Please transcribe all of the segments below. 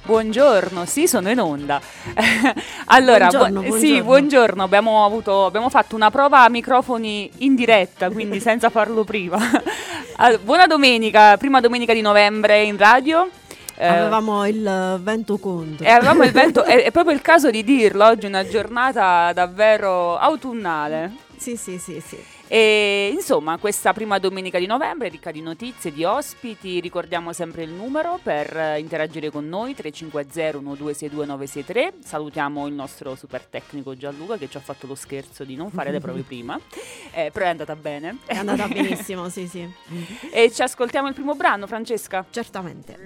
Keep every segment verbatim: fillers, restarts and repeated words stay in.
Buongiorno, sì, sono in onda. Allora, buongiorno, bu- buongiorno. sì, buongiorno. Abbiamo avuto, abbiamo fatto una prova a microfoni in diretta, quindi senza farlo prima. Allora, buona domenica, prima domenica di novembre in radio. Eh, Avevamo il vento contro. E avevamo il vento, è, è proprio il caso di dirlo, oggi è una giornata davvero autunnale. Sì, sì, sì, sì. E insomma, questa prima domenica di novembre è ricca di notizie, di ospiti. Ricordiamo sempre il numero per eh, interagire con noi: tre cinque zero uno due sei due nove sei tre. Salutiamo il nostro super tecnico Gianluca che ci ha fatto lo scherzo di non fare le prove prima, eh, però è andata bene. È andata benissimo, sì, sì. E ci ascoltiamo il primo brano, Francesca? Certamente.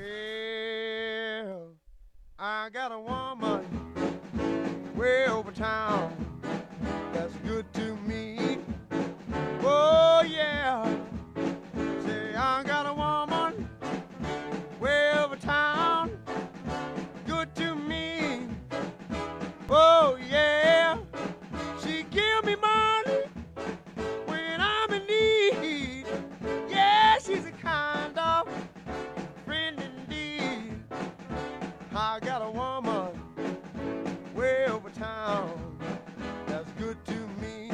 Well, I got a woman way over town that's good to me. Oh yeah, say I got a woman way over town, good to me. Oh yeah, she give me money when I'm in need. Yeah, she's a kind of friend indeed. I got a woman way over town that's good to me.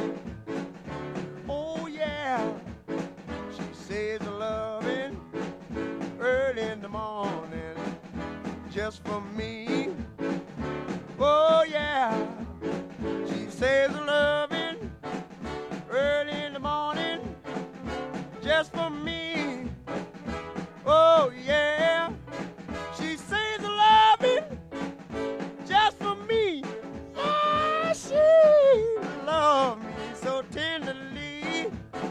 Oh yeah, she says a loving early in the morning just for me. Oh yeah, she says a loving early in the morning just for me. Oh yeah, she says a loving just for me. Yeah, she loves me so tenderly.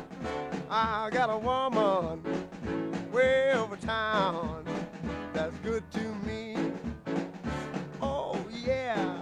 I got a woman way over town that's good to me. Oh yeah.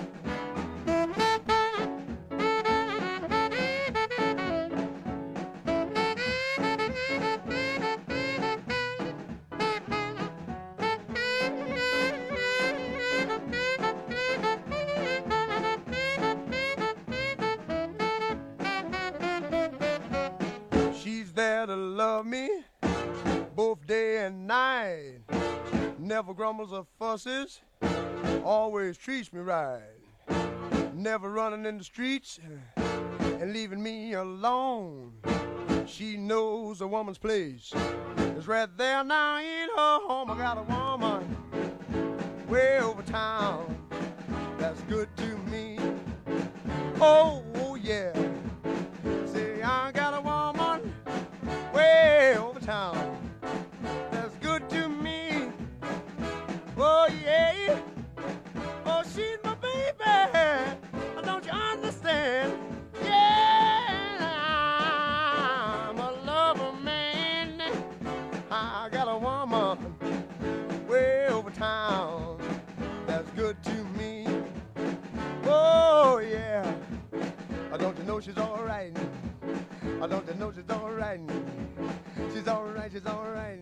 She's there to love me both day and night. Never grumbles or fusses, always treats me right. Never running in the streets and leaving me alone. She knows a woman's place is right there now in her home. I got a woman way over town that's good to me. Oh, oh yeah. Say I got a woman way over town that's good to me. Oh yeah. Oh, she's my baby. Don't you understand? Yeah, I'm a lover man. I got a woman way over town that's good to me. Oh yeah. Don't you know she's all right? Don't you know she's all right? She's all right, she's all right.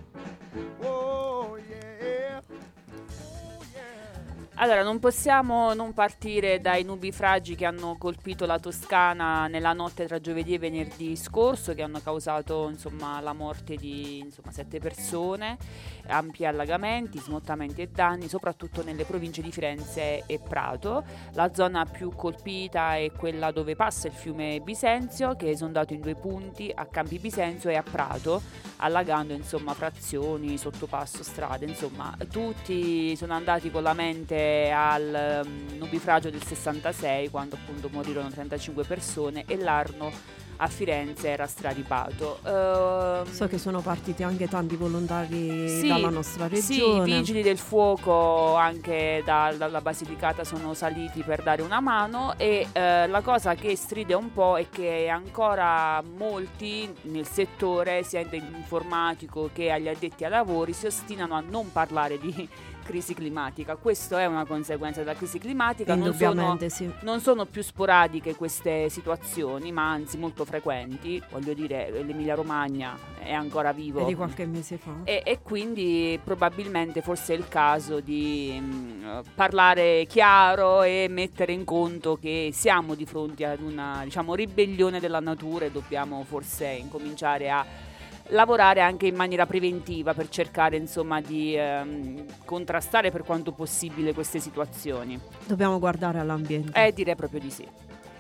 Oh yeah. Oh yeah. Allora, non possiamo non partire dai nubifragi che hanno colpito la Toscana nella notte tra giovedì e venerdì scorso, che hanno causato insomma la morte di insomma sette persone, ampi allagamenti, smottamenti e danni, soprattutto nelle province di Firenze e Prato. La zona più colpita è quella dove passa il fiume Bisenzio, che è esondato in due punti, a Campi Bisenzio e a Prato, allagando insomma frazioni, sottopasso, strade, insomma tutti sono andati con la mente al um, nubifragio del sessantasei, quando appunto morirono trentacinque persone e l'Arno a Firenze era straripato. Uh, So che sono partiti anche tanti volontari sì, dalla nostra regione. Sì, i vigili del fuoco anche da, dalla Basilicata sono saliti per dare una mano e uh, la cosa che stride un po' è che ancora molti nel settore, sia informatico che agli addetti ai lavori, si ostinano a non parlare di crisi climatica. Questo è una conseguenza della crisi climatica. Non sono, Indubbiamente sì. non sono più sporadiche queste situazioni, ma anzi molto frequenti. Voglio dire, l'Emilia Romagna è ancora vivo. È di qualche mese fa. E, e quindi probabilmente forse è il caso di mh, parlare chiaro e mettere in conto che siamo di fronte ad una, diciamo, ribellione della natura e dobbiamo forse incominciare a lavorare anche in maniera preventiva per cercare insomma di ehm, contrastare per quanto possibile queste situazioni. Dobbiamo guardare all'ambiente. Eh, direi proprio di sì.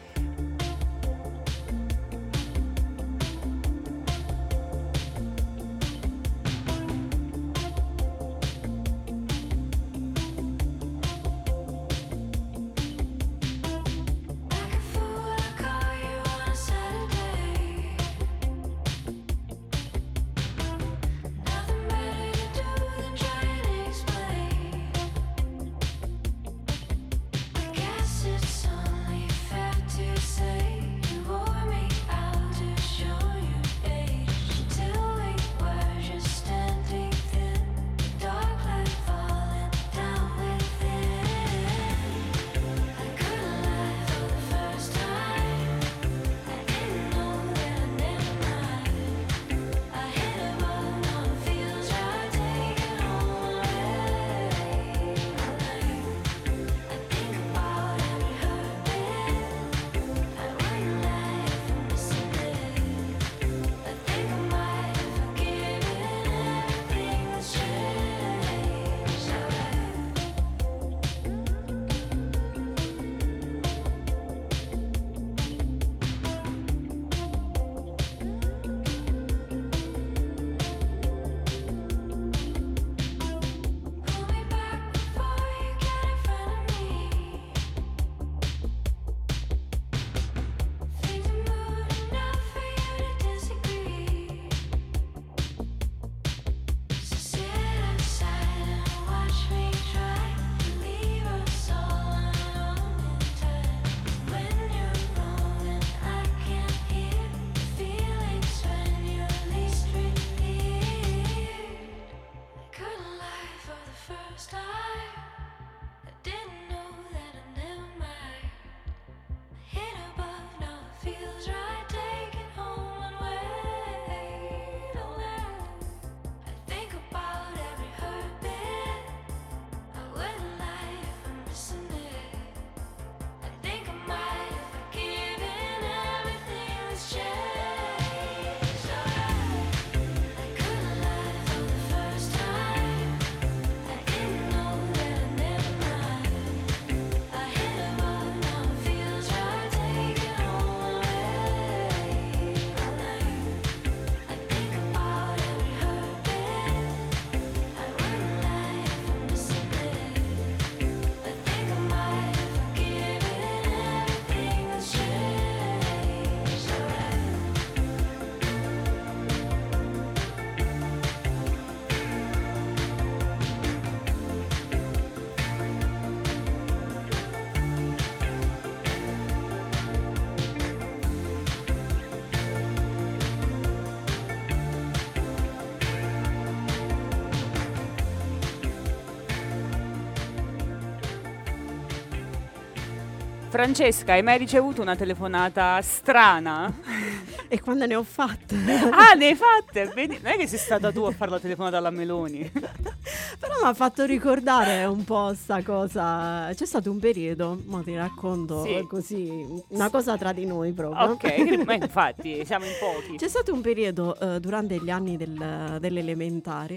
Francesca, hai mai ricevuto una telefonata strana? E quando ne ho fatte? Ah, ne hai fatte? Vedi, non è che sei stata tu a fare la telefonata alla Meloni. Però mi ha fatto ricordare un po' sta cosa. C'è stato un periodo, ma ti racconto Sì. così, una cosa tra di noi proprio. Ok, ma infatti siamo in pochi. C'è stato un periodo eh, durante gli anni del, delle elementari,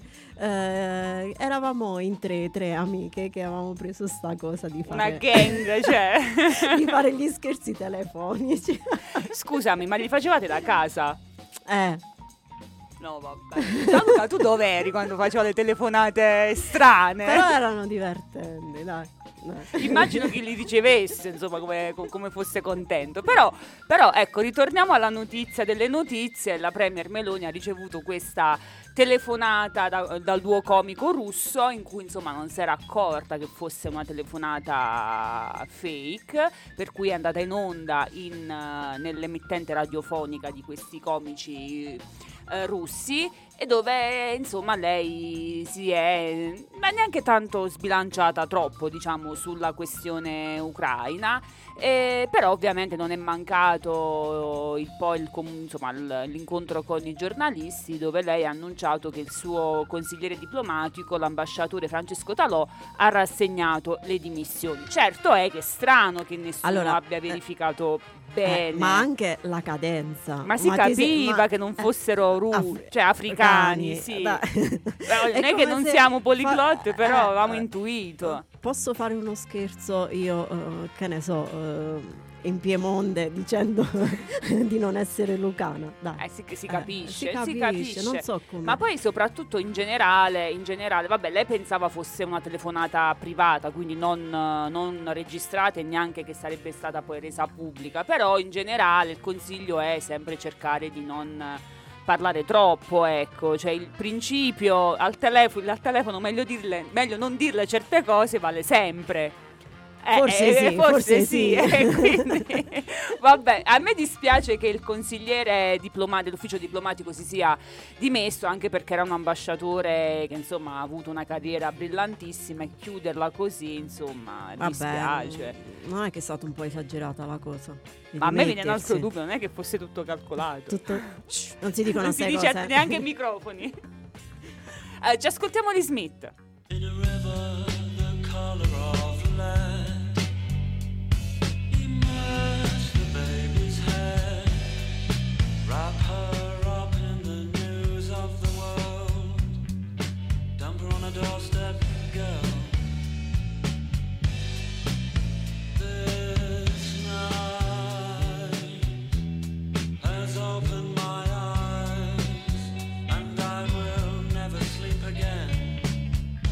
eh, eravamo in tre, tre amiche che avevamo preso sta cosa di Una fare, gang, cioè. di fare gli scherzi telefonici. Scusami, ma li facevate da casa? Eh, No, vabbè. Gianluca, tu dove eri quando facevo le telefonate strane? però erano divertenti, dai. dai. Immagino che li ricevesse, insomma, come, co- come fosse contento. Però, però, ecco, ritorniamo alla notizia delle notizie. La premier Meloni ha ricevuto questa telefonata da- dal duo comico russo, in cui, insomma, non si era accorta che fosse una telefonata fake, per cui è andata in onda in, eh, nell'emittente radiofonica di questi comici eh, russi, e dove insomma lei si è ma neanche tanto sbilanciata troppo, diciamo, sulla questione ucraina, eh, però ovviamente non è mancato il, poi il, insomma, l'incontro con i giornalisti, dove lei ha annunciato che il suo consigliere diplomatico, l'ambasciatore Francesco Talò, ha rassegnato le dimissioni. Certo è che è strano che nessuno allora, abbia verificato eh, bene, eh, ma anche la cadenza, ma si ma capiva sei, ma, che non fossero ru- Af- cioè africani, sì. Da- non è, è che non siamo poliglotte, fa- però eh, avevamo eh, intuito. Posso fare uno scherzo io, uh, che ne so, uh, in Piemonte, dicendo di non essere lucana? Dai. Eh, si, si capisce, eh, si capisce, si capisce. Non so come. Ma poi soprattutto in generale, in generale, vabbè, lei pensava fosse una telefonata privata, quindi non, non registrata e neanche che sarebbe stata poi resa pubblica, però in generale il consiglio è sempre cercare di non parlare troppo, ecco, cioè il principio al telefono, al telefono meglio, dirle, meglio non dirle certe cose vale sempre. Eh, forse, eh, sì, forse, forse sì, sì. eh, quindi, vabbè, a me dispiace che il consigliere diploma- dell'ufficio diplomatico si sia dimesso, anche perché era un ambasciatore che insomma ha avuto una carriera brillantissima, e chiuderla così insomma vabbè, dispiace. Non è che è stata un po' esagerata la cosa? Ma a me viene un altro dubbio, non è che fosse tutto calcolato. Tutto... non si dicono non si dice cose. Neanche i microfoni. eh, ci ascoltiamo di Smith. In a river, the color of land, immerse the baby's head, wrap her up in the news of the world, dump her on a doorstep, girl. This night has opened my eyes, and I will never sleep again.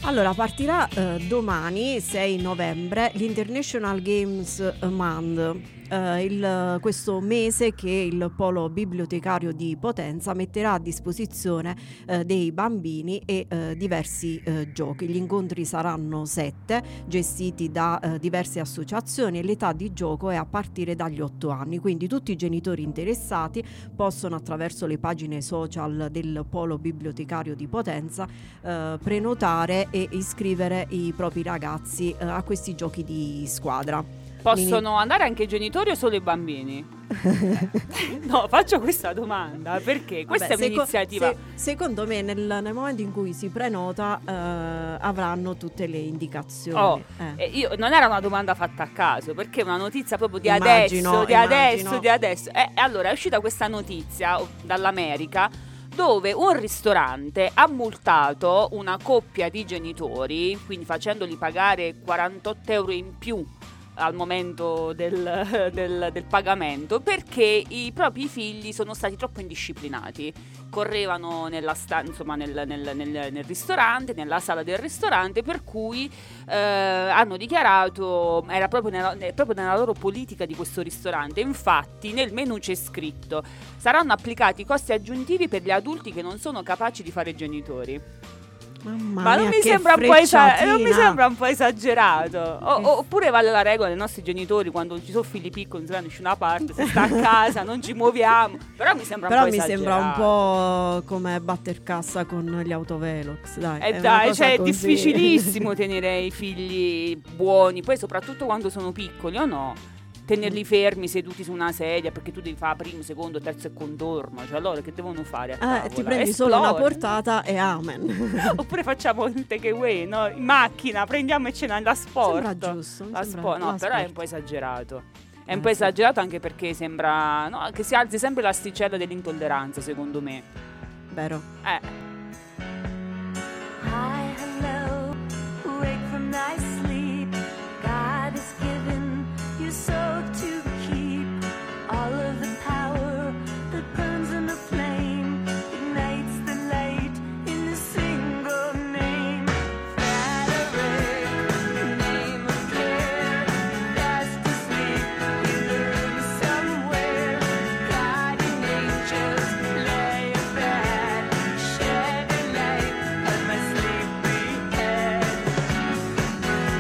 Allora, partirà eh, domani sei novembre l'International Games Month, eh, il, questo mese che il Polo Bibliotecario di Potenza metterà a disposizione eh, dei bambini e eh, diversi eh, giochi. Gli incontri saranno sette, gestiti da eh, diverse associazioni, e l'età di gioco è a partire dagli otto anni, quindi tutti i genitori interessati possono, attraverso le pagine social del Polo Bibliotecario di Potenza, eh, prenotare e iscrivere i propri ragazzi eh, a questi giochi di squadra. Possono Mini... andare anche i genitori o solo i bambini? No, faccio questa domanda perché questa Vabbè, è un'iniziativa. Se, secondo me nel, nel momento in cui si prenota eh, avranno tutte le indicazioni. Oh, eh. io, non era una domanda fatta a caso, perché è una notizia proprio di immagino, adesso, di immagino. adesso, di adesso. E eh, allora è uscita questa notizia dall'America, dove un ristorante ha multato una coppia di genitori, quindi facendoli pagare quarantotto euro in più al momento del, del, del pagamento, perché i propri figli sono stati troppo indisciplinati. Correvano nella sta- insomma nel, nel, nel, nel ristorante, nella sala del ristorante, per cui eh, hanno dichiarato, era proprio nella, proprio nella loro politica di questo ristorante. Infatti nel menù c'è scritto: saranno applicati costi aggiuntivi per gli adulti che non sono capaci di fare genitori. Mamma Ma non mia, mi, sembra un po' esa- non mi sembra un po' esagerato. O- oppure vale la regola dei nostri genitori: quando ci sono figli piccoli, non si esce una parte, si sta a casa, non ci muoviamo. Però mi sembra Però un po' mi esagerato. sembra un po' come batter cassa con gli autovelox, dai. Eh è dai, cioè è così. difficilissimo tenere i figli buoni, poi soprattutto quando sono piccoli, o no? Tenerli fermi seduti su una sedia, perché tu devi fare primo, secondo, terzo e contorno. Cioè allora che devono fare a tavola? Eh, ti prendi Esplore. solo una portata e amen. Oppure facciamo un takeaway, no? In macchina, prendiamocela da sport. Sembra giusto. La sembra, spo- no, la però è sport. un po' esagerato. È Eh, un po' sì. esagerato anche perché sembra, no, che si alzi sempre l'asticella dell'intolleranza, secondo me. Vero. Eh. Hi, hello, wake from thy sleep. God has given you soul to keep. All of the power that burns in the flame ignites the light in a single name. Flattery, name of care, fast asleep, you learn somewhere. Guardian angels lay a bed, shed a light on my sleepy head.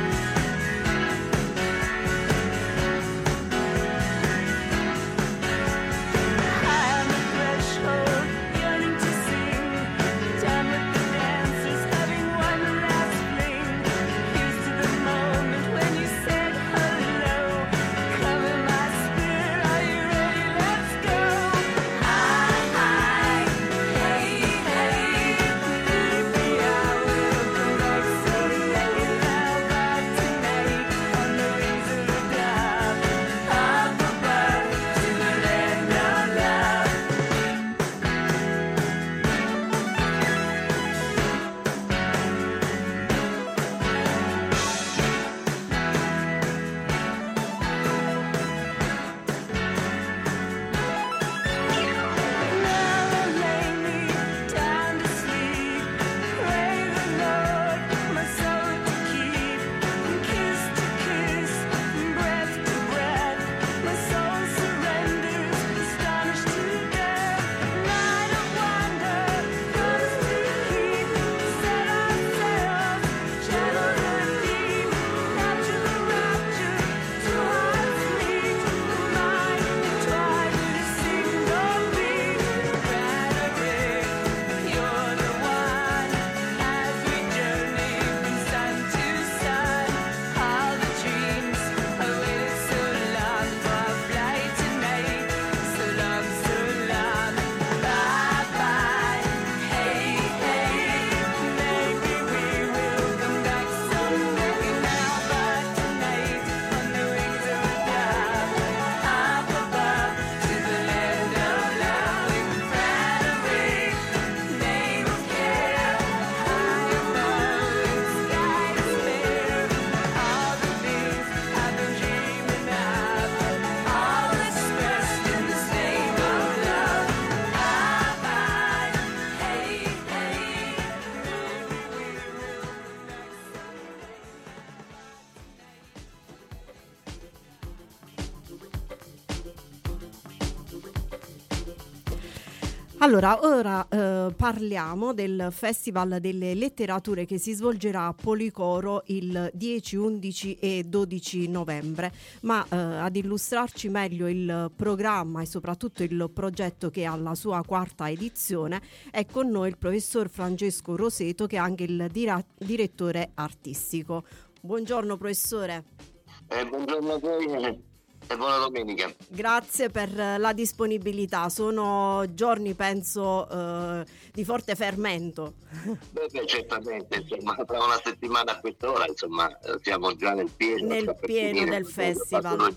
Allora, ora eh, parliamo del Festival delle Letterature che si svolgerà a Policoro il dieci, undici e dodici novembre, ma eh, ad illustrarci meglio il programma e soprattutto il progetto che ha la sua quarta edizione è con noi il professor Francesco Roseto, che è anche il dira- direttore artistico. Buongiorno professore. Eh, buongiorno a voi e buona domenica. Grazie per la disponibilità, sono giorni penso eh, di forte fermento. Beh, beh, certamente, insomma, tra una settimana a quest'ora, insomma, siamo già nel pieno, nel pieno del festival.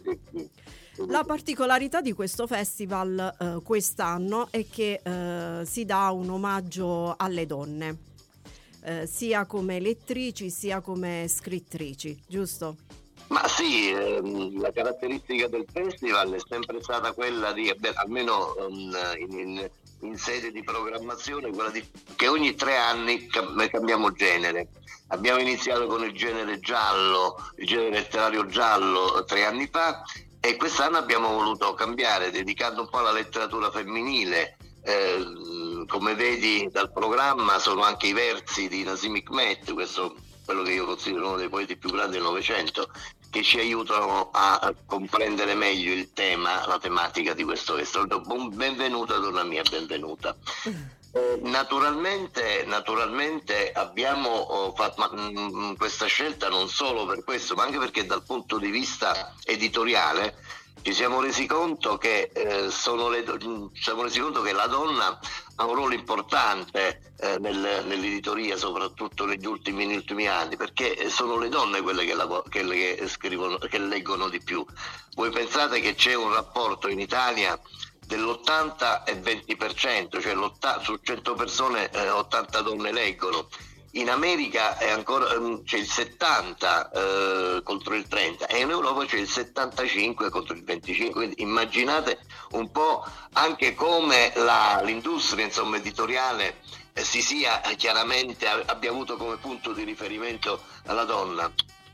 La particolarità di questo festival eh, quest'anno è che eh, si dà un omaggio alle donne, eh, sia come lettrici sia come scrittrici, giusto? Ma sì, ehm, la caratteristica del festival è sempre stata quella di, beh, almeno um, in, in, in sede di programmazione, quella di che ogni tre anni cam- cambiamo genere. Abbiamo iniziato con il genere giallo, il genere letterario giallo tre anni fa, e quest'anno abbiamo voluto cambiare, dedicando un po' alla letteratura femminile. Eh, come vedi dal programma sono anche i versi di Nasim Hikmet, questo quello che io considero uno dei poeti più grandi del Novecento, che ci aiutano a comprendere meglio il tema, la tematica di questo festival. Benvenuta donna mia, benvenuta. Eh, naturalmente, naturalmente abbiamo oh, fatto mh, questa scelta non solo per questo, ma anche perché dal punto di vista editoriale ci siamo resi conto che eh, sono le, ci siamo resi conto che la donna ha un ruolo importante eh, nel, nell'editoria, soprattutto negli ultimi, negli ultimi anni, perché sono le donne quelle che, la, quelle che scrivono, che leggono di più. Voi pensate che c'è un rapporto in Italia dell'ottanta e venti per cento, cioè su cento persone eh, ottanta donne leggono. In America è ancora, c'è il settanta eh, contro il trenta, e in Europa c'è il settantacinque contro il venticinque, quindi immaginate un po' anche come la, l'industria insomma, editoriale eh, si sia chiaramente, abbia avuto come punto di riferimento la donna.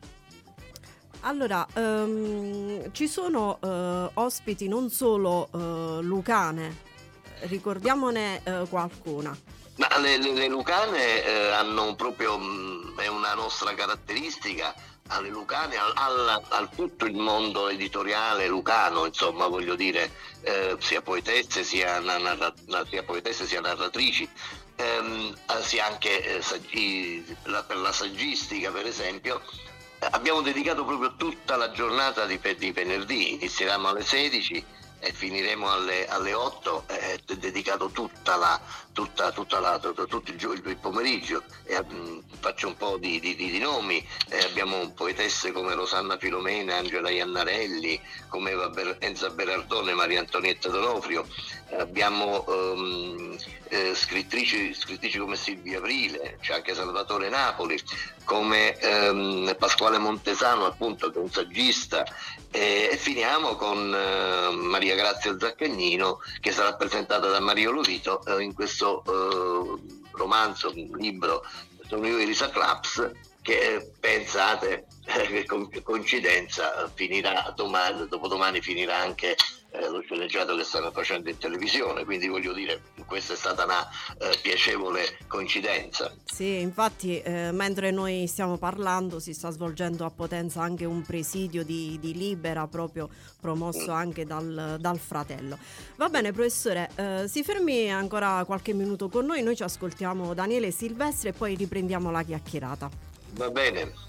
Allora, um, ci sono uh, ospiti non solo uh, lucane, ricordiamone uh, qualcuna. Ma le, le, le lucane eh, hanno proprio, mh, è una nostra caratteristica, alle lucane, al, al, al tutto il mondo editoriale lucano, insomma, voglio dire, eh, sia poetesse sia, narra, sia poetesse sia narratrici, ehm, sia anche eh, saggi, la, per la saggistica, per esempio. Abbiamo dedicato proprio tutta la giornata di, di venerdì, inizieremo alle sedici e finiremo alle, alle otto, è eh, dedicato tutta la, tutta, tutta la, tutto, tutto il, il, il pomeriggio. E, mh, faccio un po' di, di, di nomi, eh, abbiamo poetesse come Rosanna Filomena, Angela Iannarelli, come Eva Ber- Enza Berardone, Maria Antonietta D'Onofrio, eh, abbiamo um, eh, scrittrici, scrittrici come Silvia Aprile, c'è anche Salvatore Napoli, come ehm, Pasquale Montesano, appunto, che è un saggista, e, e finiamo con eh, Maria Grazia Zaccagnino, che sarà presentata da Mario Lovito eh, in questo eh, romanzo, un libro, Sono io Elisa Claps, che eh, pensate eh, che con coincidenza finirà domani, dopodomani finirà anche eh, lo sceneggiato che stanno facendo in televisione, quindi voglio dire, questa è stata una eh, piacevole coincidenza. Sì, infatti eh, mentre noi stiamo parlando si sta svolgendo a Potenza anche un presidio di, di Libera, proprio promosso mm. anche dal, dal fratello. Va bene professore, eh, si fermi ancora qualche minuto con noi, noi ci ascoltiamo Daniele Silvestri e poi riprendiamo la chiacchierata. Va bene.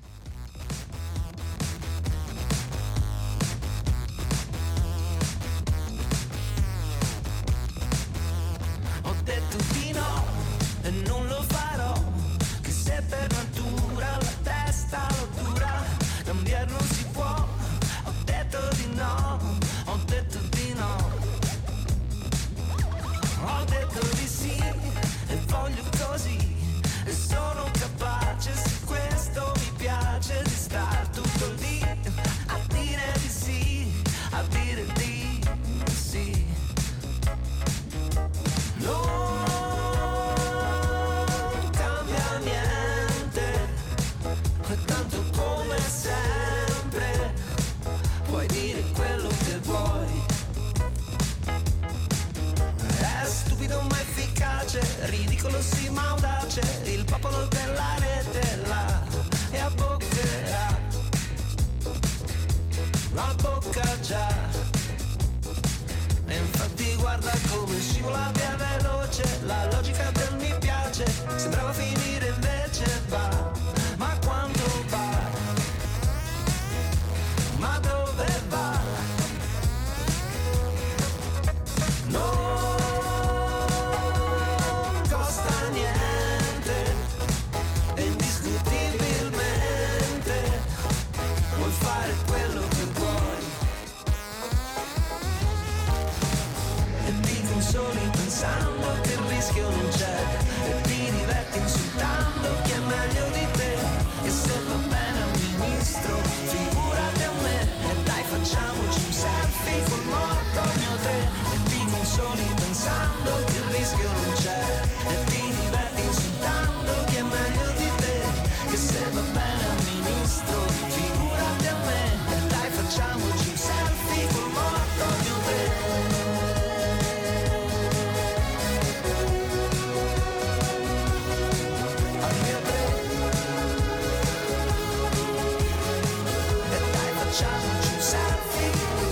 Ho detto di no e non lo farò, che se per natura la testa lo dura, cambiare non si può. Ho detto di no, ho detto di no, ho detto di sì e voglio così, e sono capace, se questo mi piace, di star tutto lì a dire di sì, a dire di sì. Non cambia niente, è tanto come sempre, puoi dire quello che vuoi, è ministro, figurati a me, e dai facciamoci un selfie col morto mio tre, e ti consoli pensando che il rischio non c'è, e ti diverti insultando chi è meglio di te, che se va bene al ministro, figurati a me, e dai facciamoci un selfie col morto mio tre. Facciamoci un selfie.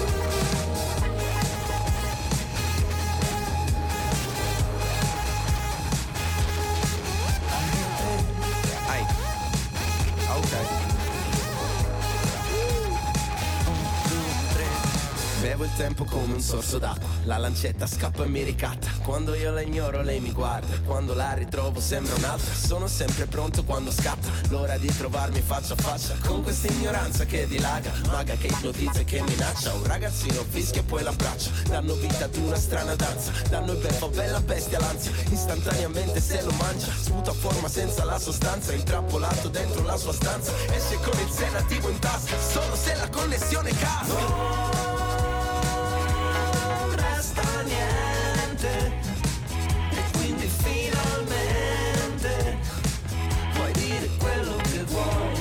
Ai. Ok. Bevo il tempo come un sorso d'acqua, la lancetta scappa e mi ricatta. Quando io la ignoro lei mi guarda, quando la ritrovo sembra un'altra. Sono sempre pronto quando scatta l'ora di trovarmi faccia a faccia con questa ignoranza che dilaga, maga che ipnotizza e che minaccia. Un ragazzino fischia e poi l'abbraccia, danno vita ad una strana danza, danno il beffa bella bestia l'ansia, istantaneamente se lo mangia, sputa a forma senza la sostanza, intrappolato dentro la sua stanza, esce con il sedativo in tasca, solo se la connessione casca. Niente, e quindi finalmente puoi dire quello che vuoi,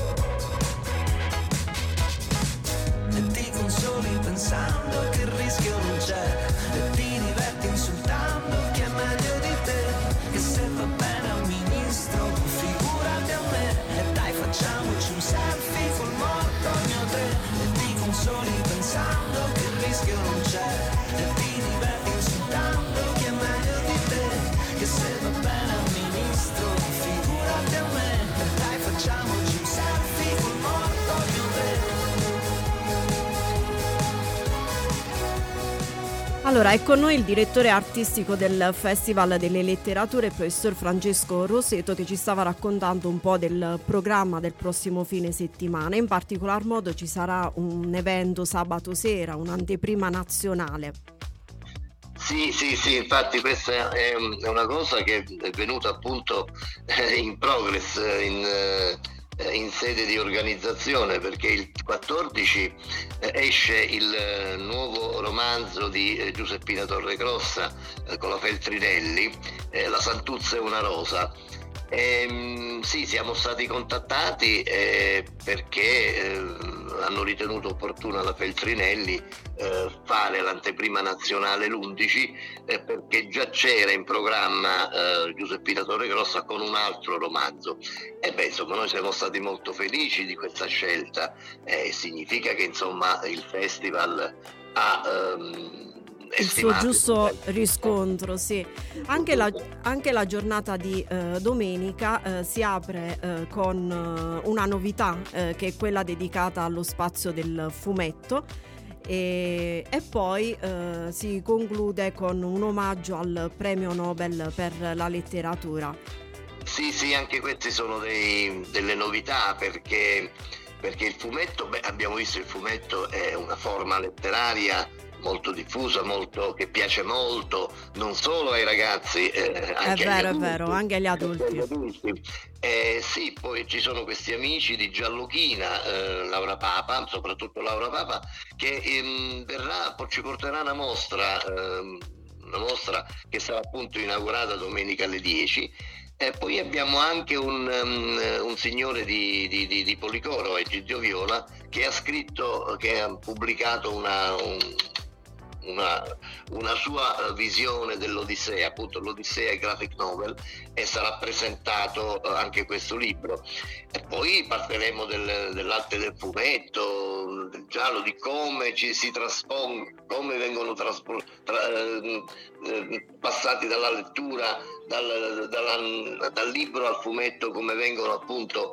e ti consoli pensando che il rischio non c'è, e ti diverti insultando chi è meglio di te, che se va bene al ministro, figurati a me, e dai facciamoci un selfie col morto mio tre, e ti consoli pensando che il rischio non c'è, e ti diverti insultando chi è meglio di te, che se va bene al ministro, figurati a me, e dai facciamoci un selfie col morto mio tre. Allora, è con noi il direttore artistico del Festival delle Letterature, il professor Francesco Roseto, che ci stava raccontando un po' del programma del prossimo fine settimana. In particolar modo ci sarà un evento sabato sera, un'anteprima nazionale. Sì, sì, sì, infatti questa è una cosa che è venuta appunto in progress, in, in sede di organizzazione, perché il quattordici esce il nuovo romanzo di Giuseppina Torregrossa con la Feltrinelli, La Santuzza è una rosa. Eh, sì, siamo stati contattati eh, perché eh, hanno ritenuto opportuna la Feltrinelli eh, fare l'anteprima nazionale l'undici, eh, perché già c'era in programma eh, Giuseppina Torregrossa con un altro romanzo. E beh, insomma, noi siamo stati molto felici di questa scelta, eh, significa che insomma il festival ha ehm, il suo giusto riscontro, sì. Anche la, anche la giornata di eh, domenica eh, si apre eh, con eh, una novità eh, che è quella dedicata allo spazio del fumetto, e, e poi eh, si conclude con un omaggio al premio Nobel per la letteratura. Sì, sì, anche queste sono dei, delle novità, perché, perché il fumetto, beh, abbiamo visto il fumetto è una forma letteraria molto diffusa, molto, che piace molto non solo ai ragazzi, eh, anche è vero, agli adulti, è vero, anche agli adulti. Agli adulti. Eh, sì, poi ci sono questi amici di Giallochina, eh, Laura Papa, soprattutto Laura Papa, che ehm, verrà, poi ci porterà una mostra, ehm, una mostra che sarà appunto inaugurata domenica alle dieci. E poi abbiamo anche un, um, un signore di, di, di, di Policoro, Egidio Viola, che ha scritto, che ha pubblicato una, un, una, una sua visione dell'Odissea, appunto l'Odissea graphic novel, e sarà presentato anche questo libro. E poi parleremo del, dell'arte del fumetto, del giallo, di come ci si traspongono, come vengono traspo, tra, eh, passati dalla lettura Dal, dalla, dal libro al fumetto, come vengono appunto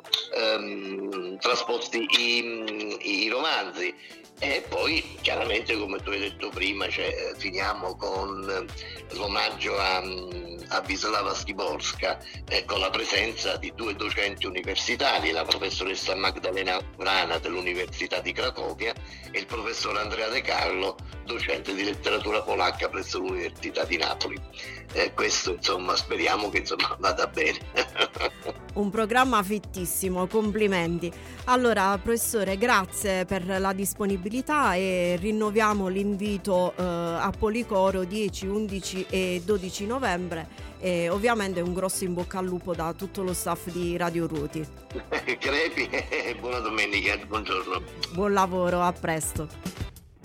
ehm, trasposti i, i romanzi. E poi chiaramente, come tu hai detto prima, cioè, finiamo con l'omaggio a, a Wisława Schiborska, eh, con la presenza di due docenti universitari, la professoressa Magdalena Vrana dell'Università di Cracovia e il professor Andrea De Carlo, docente di letteratura polacca presso l'Università di Napoli. Eh, questo insomma speriamo che insomma vada bene. Un programma fittissimo, complimenti. Allora, professore, grazie per la disponibilità e rinnoviamo l'invito eh, a Policoro dieci, undici e dodici novembre e ovviamente un grosso in bocca al lupo da tutto lo staff di Radio Ruti. Crepi, buona domenica, buongiorno. Buon lavoro, a presto.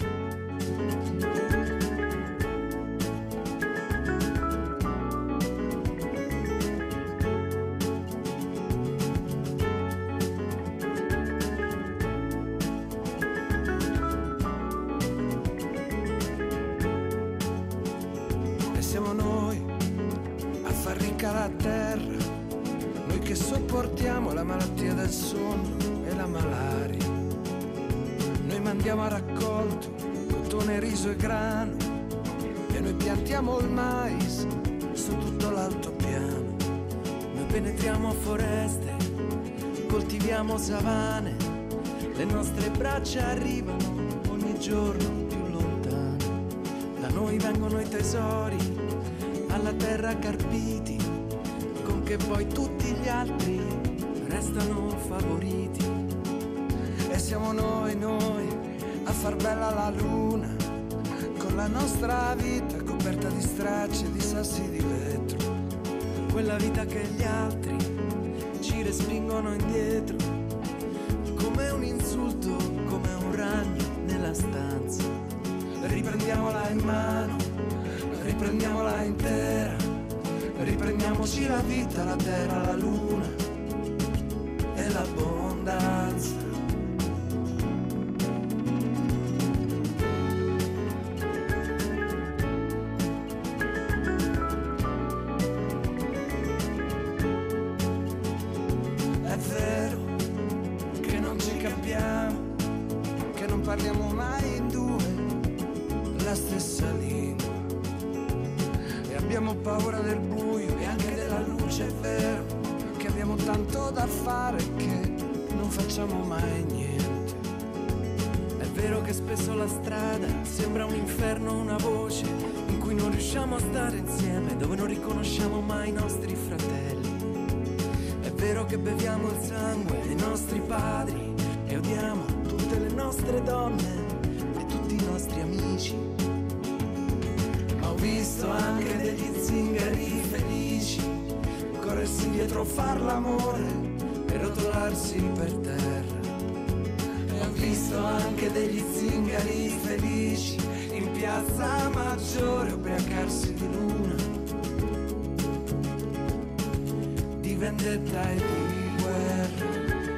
La terra, noi che sopportiamo la malattia del sonno e la malaria, noi mandiamo a raccolto cotone, riso e grano e noi piantiamo il mais su tutto l'altopiano, noi penetriamo foreste, coltiviamo savane, le nostre braccia arrivano ogni giorno più lontano, da noi vengono i tesori alla terra carpiti, con che poi tutti gli altri restano favoriti. E siamo noi, noi, a far bella la luna, con la nostra vita coperta di stracci e di sassi di vetro, quella vita che gli altri ci respingono indietro, come un insulto, come un ragno nella stanza. Riprendiamola in mano, riprendiamola intera, riprendiamoci la vita, la terra, la luna e l'abbondanza. È vero che non ci capiamo, che non parliamo mai in due la stessa lingua. Abbiamo paura del buio e anche della luce, è vero che abbiamo tanto da fare che non facciamo mai niente. È vero che spesso la strada sembra un inferno, una voce in cui non riusciamo a stare insieme, dove non riconosciamo mai i nostri fratelli. È vero che beviamo il sangue dei nostri padri e odiamo tutte le nostre donne e tutti i nostri amici. Ho visto anche degli zingari felici corrersi dietro, far l'amore e rotolarsi per terra. E ho visto anche degli zingari felici in piazza Maggiore ubriacarsi di luna, di vendetta e di guerra.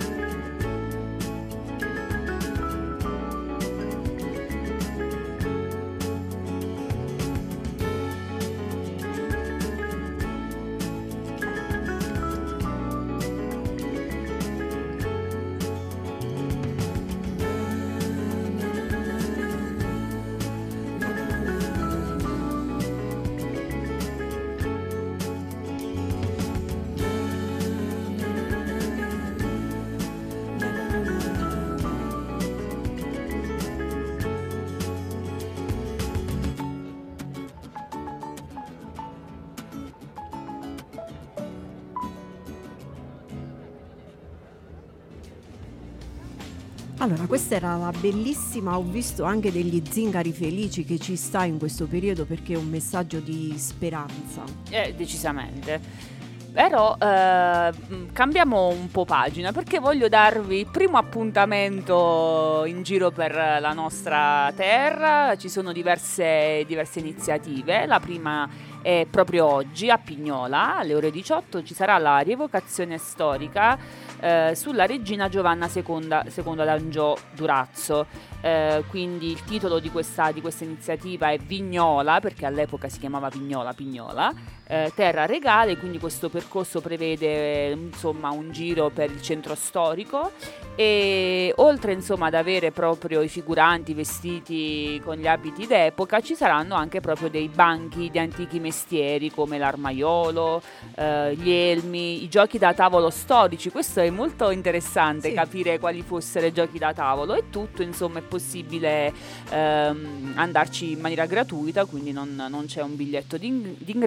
Allora, questa era la bellissima, ho visto anche degli zingari felici, che ci sta in questo periodo perché è un messaggio di speranza. Eh, decisamente. Però eh, cambiamo un po' pagina, perché voglio darvi il primo appuntamento in giro per la nostra terra. Ci sono diverse, diverse iniziative. La prima è proprio oggi a Pignola, alle ore diciotto ci sarà la rievocazione storica eh, sulla regina Giovanna seconda, seconda d'Angiò Durazzo. Eh, quindi il titolo di questa, di questa iniziativa è Vignola, perché all'epoca si chiamava Pignola Pignola, eh, terra regale. Quindi questo percorso prevede insomma un giro per il centro storico e oltre insomma ad avere proprio i figuranti vestiti con gli abiti d'epoca, ci saranno anche proprio dei banchi di antichi mestieri come l'armaiolo, eh, gli elmi, i giochi da tavolo storici. Questo è molto interessante, sì, capire quali fossero i giochi da tavolo, e tutto insomma è possibile ehm, andarci in maniera gratuita, quindi non, non c'è un biglietto d'ing- d'ingresso.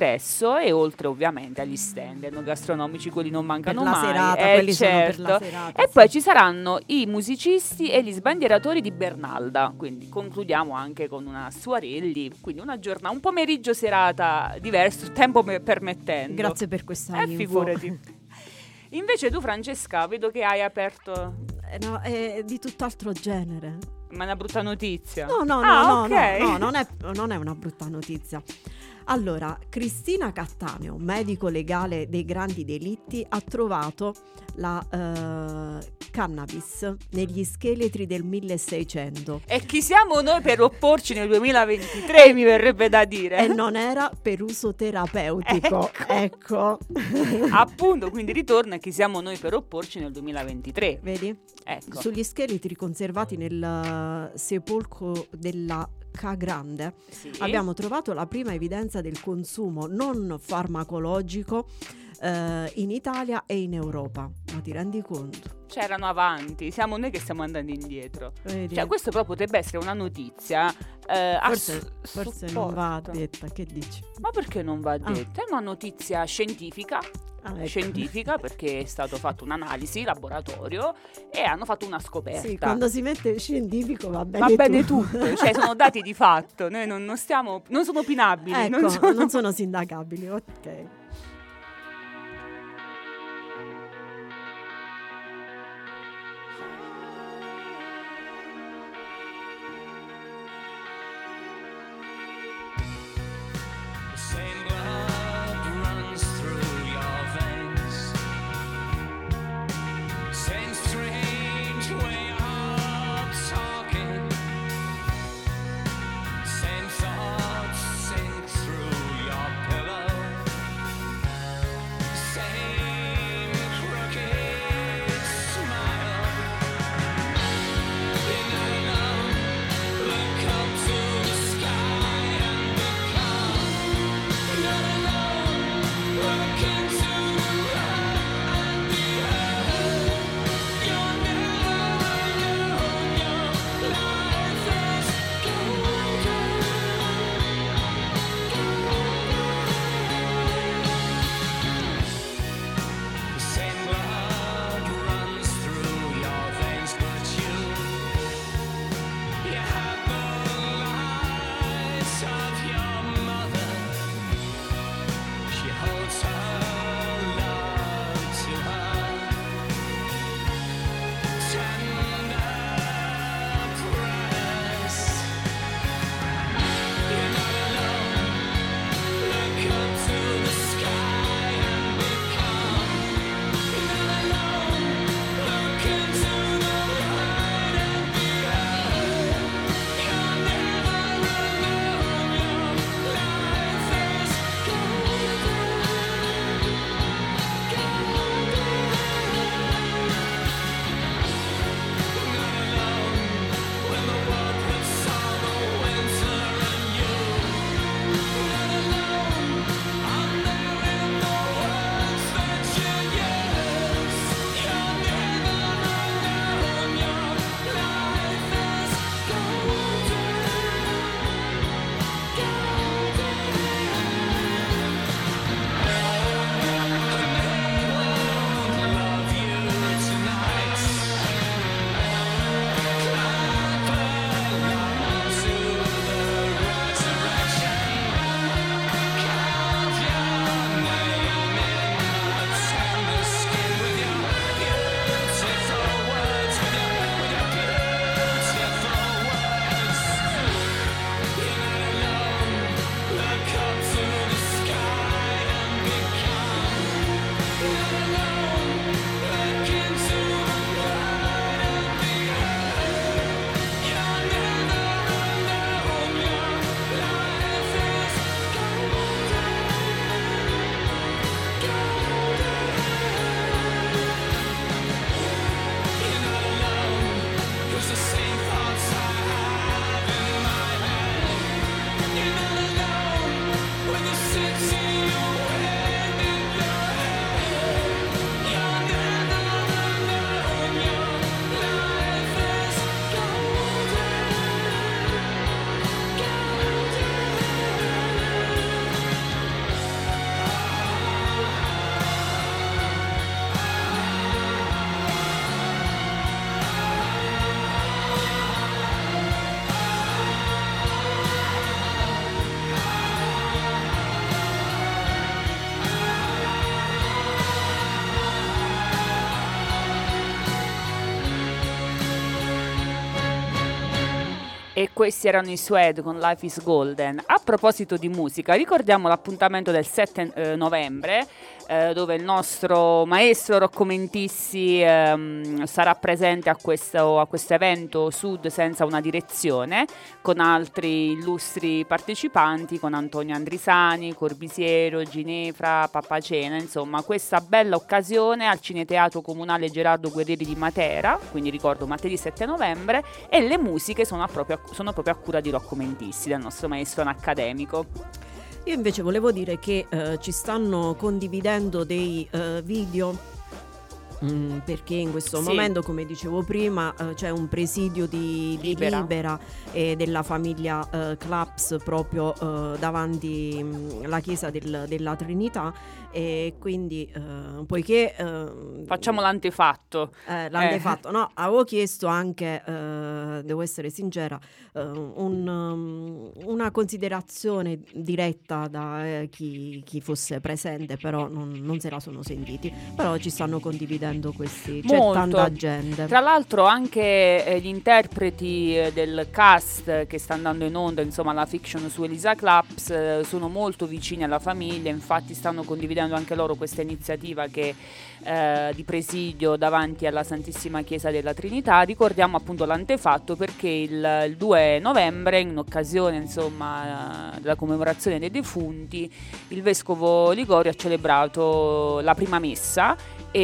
prezzo, e oltre ovviamente agli stand enogastronomici, quelli non mancano Per la mai, serata, eh, quelli sono per certo. la serata, E sì. poi ci saranno i musicisti e gli sbandieratori di Bernalda, quindi concludiamo anche con una Suarelli, quindi una giornata, un pomeriggio serata diverso, tempo me- permettendo. Grazie per questa Eh, info. figurati. Invece tu, Francesca, vedo che hai aperto, Eh, no, è di tutt'altro genere. ma è una brutta notizia. No, no, no, Ah, no, ok. no, no, non è, non è una brutta notizia. Allora, Cristina Cattaneo, medico legale dei grandi delitti, ha trovato la eh, cannabis negli scheletri del milleseicento. E chi siamo noi per opporci nel duemilaventitré, mi verrebbe da dire. E non era per uso terapeutico. Ecco. Appunto, quindi ritorna chi siamo noi per opporci nel duemilaventitré. Vedi? Ecco. Sugli scheletri conservati nel eh, sepolcro della Ca Grande Sì. abbiamo trovato la prima evidenza del consumo non farmacologico eh, in Italia e in Europa. Ma ti rendi conto? C'erano avanti, siamo noi che stiamo andando indietro. Vedi? Cioè, questo però potrebbe essere una notizia eh, a forse su- forse supporto. non va detta, che dici? Ma perché non va Ah. detta? È una notizia scientifica. Ah, ecco. Scientifica, perché è stato fatto un'analisi laboratorio e hanno fatto una scoperta. Sì, quando si mette scientifico va bene, Va bene tutto. tutto, cioè sono dati di fatto, noi non, non stiamo, non sono opinabili, Ecco, non sono... non sono sindacabili, ok. The same blood runs through your veins. Same strange way of talking. Same thoughts sink through your pillow. Same crooked smile. You're not alone. Look up to the sky and become. You're not alone. Look into the light and be heard. You're never alone. Your life is golden. The same blood runs through your veins, but you, you have the lights of your mother. She holds her love to her tender breast. You're not alone. Look up to the sky and become. You're not alone. Look into the light and be heard. You're never alone. Your life is golden. E questi erano i Suede con Life is Golden. A proposito di musica, ricordiamo l'appuntamento del sette eh, novembre, eh, dove il nostro maestro Rocco Mentissi ehm, sarà presente a questo, a questo evento Sud senza una direzione, con altri illustri partecipanti, con Antonio Andrisani, Corbisiero, Ginefra, Papacena. Insomma, questa bella occasione al Cineteatro Comunale Gerardo Guerrieri di Matera, quindi ricordo martedì sette novembre, e le musiche sono a proprio sono proprio a cura di Rocco Mentissi, del nostro maestro accademico. Io invece volevo dire che eh, ci stanno condividendo dei eh, video Mm, perché in questo Sì. momento, come dicevo prima, eh, c'è un presidio di, di Libera. Libera e della famiglia eh, Claps proprio eh, davanti mh, alla chiesa del- della Trinità, e quindi eh, poiché eh, Facciamo l'antefatto. eh, l'antefatto, no, avevo chiesto anche, eh, devo essere sincera, eh, un, um, una considerazione diretta da eh, chi, chi fosse presente, però non, non se la sono sentiti, però ci stanno condividendo questi, c'è Molto. tanta gente. Tra l'altro anche eh, gli interpreti eh, del cast che sta andando in onda, insomma la fiction su Elisa Claps, eh, sono molto vicini alla famiglia, infatti stanno condividendo anche loro questa iniziativa che eh, di presidio davanti alla Santissima Chiesa della Trinità. Ricordiamo appunto l'antefatto perché il, il due novembre, in occasione insomma eh, della commemorazione dei defunti, il vescovo Ligorio ha celebrato la prima messa,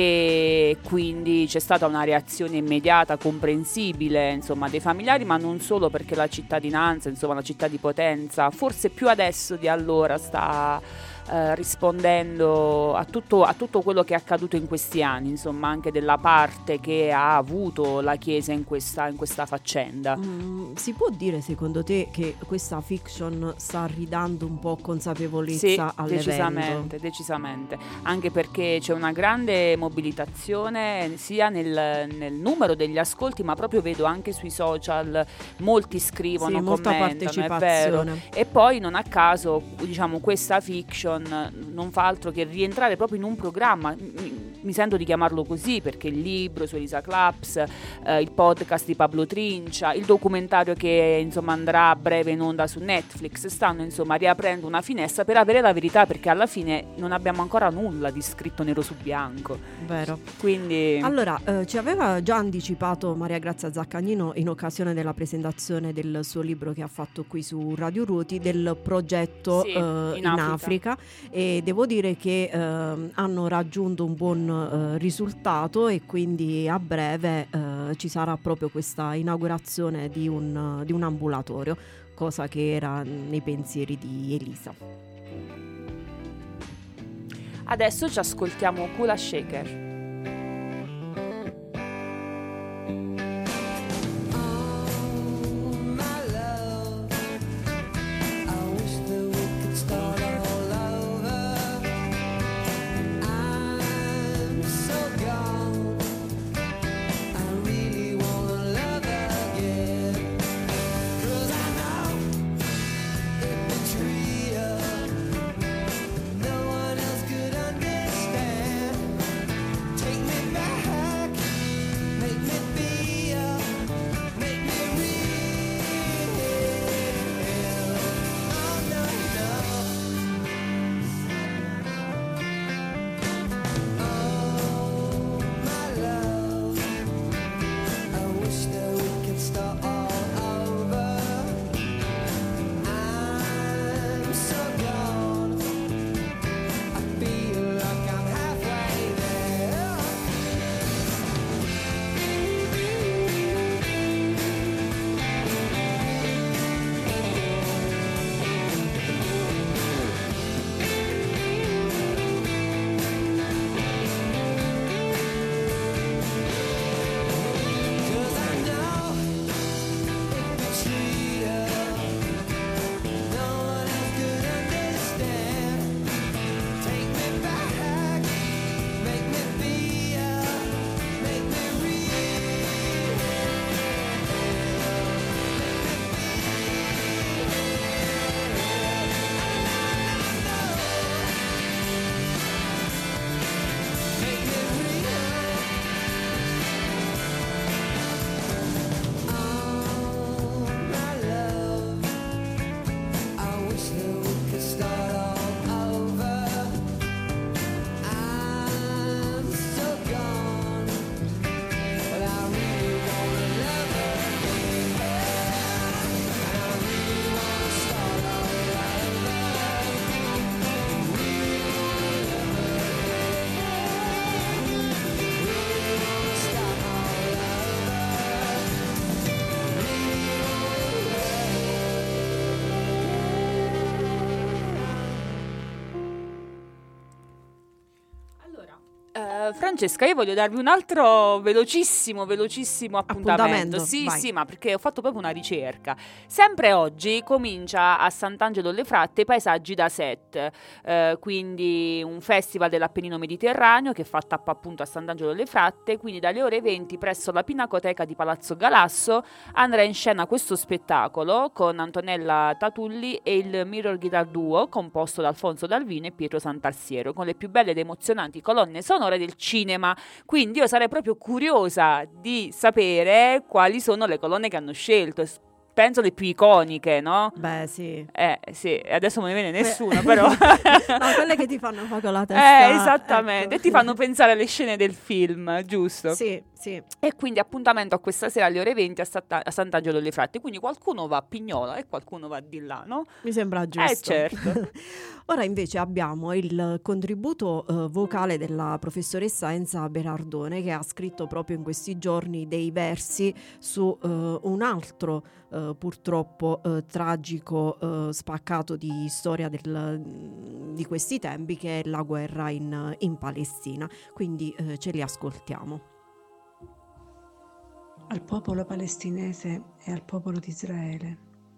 e quindi c'è stata una reazione immediata, comprensibile, insomma, dei familiari, ma non solo, perché la cittadinanza, insomma la città di Potenza, forse più adesso di allora, sta eh, rispondendo a tutto, a tutto quello che è accaduto in questi anni, insomma anche della parte che ha avuto la Chiesa in questa, in questa faccenda. Mm, si può dire secondo te che questa fiction sta ridando un po' consapevolezza Sì, all'evento? decisamente, decisamente, anche perché c'è una grande mobilitazione sia nel, nel numero degli ascolti, ma proprio vedo anche sui social molti scrivono, Sì, molta commentano, è vero. partecipazione. E poi non a caso, diciamo, questa fiction non fa altro che rientrare proprio in un programma, mi, mi sento di chiamarlo così perché il libro su Elisa Claps, eh, il podcast di Pablo Trincia, il documentario che insomma andrà a breve in onda su Netflix, stanno insomma riaprendo una finestra per avere la verità, perché alla fine non abbiamo ancora nulla di scritto nero su bianco. Vero. Quindi Allora, eh, ci aveva già anticipato Maria Grazia Zaccagnino in occasione della presentazione del suo libro che ha fatto qui su Radio Ruti, del progetto Sì, eh, in in, Africa. Africa, e devo dire che eh, hanno raggiunto un buon eh, risultato, e quindi a breve eh, ci sarà proprio questa inaugurazione di un, di un ambulatorio, cosa che era nei pensieri di Elisa. adesso ci ascoltiamo Kula Shaker. Take me back, make me feel Uh, Francesca, io voglio darvi un altro velocissimo, velocissimo appuntamento. Appuntamento, Sì, vai. sì, ma perché ho fatto proprio una ricerca. Sempre oggi comincia a Sant'Angelo delle Fratte Paesaggi da set, uh, quindi un festival dell'Appennino Mediterraneo che fa tappa appunto a Sant'Angelo delle Fratte. Quindi dalle ore venti presso la Pinacoteca di Palazzo Galasso andrà in scena questo spettacolo con Antonella Tatulli e il Mirror Guitar Duo composto da Alfonso Dalvino e Pietro Santarsiero, con le più belle ed emozionanti colonne sonore del cinema. Quindi io sarei proprio curiosa di sapere quali sono le colonne che hanno scelto. Penso le più iconiche, no? Beh, sì. Eh, sì, adesso non me ne viene nessuno, però. No, quelle che ti fanno fuoco la testa. Eh, esattamente, ecco. e ti fanno pensare alle scene del film, giusto? Sì, sì. E quindi appuntamento a questa sera alle ore venti a, Santa- a Sant'Angelo delle Fratte. Quindi qualcuno va a Pignola e qualcuno va di là, no? Mi sembra giusto. Eh, certo. Ora invece abbiamo il contributo eh, vocale della professoressa Enza Berardone, che ha scritto proprio in questi giorni dei versi su eh, un altro eh, purtroppo eh, tragico eh, spaccato di storia del, di questi tempi, che è la guerra in, in Palestina. Quindi eh, ce li ascoltiamo. Al popolo palestinese e al popolo di Israele.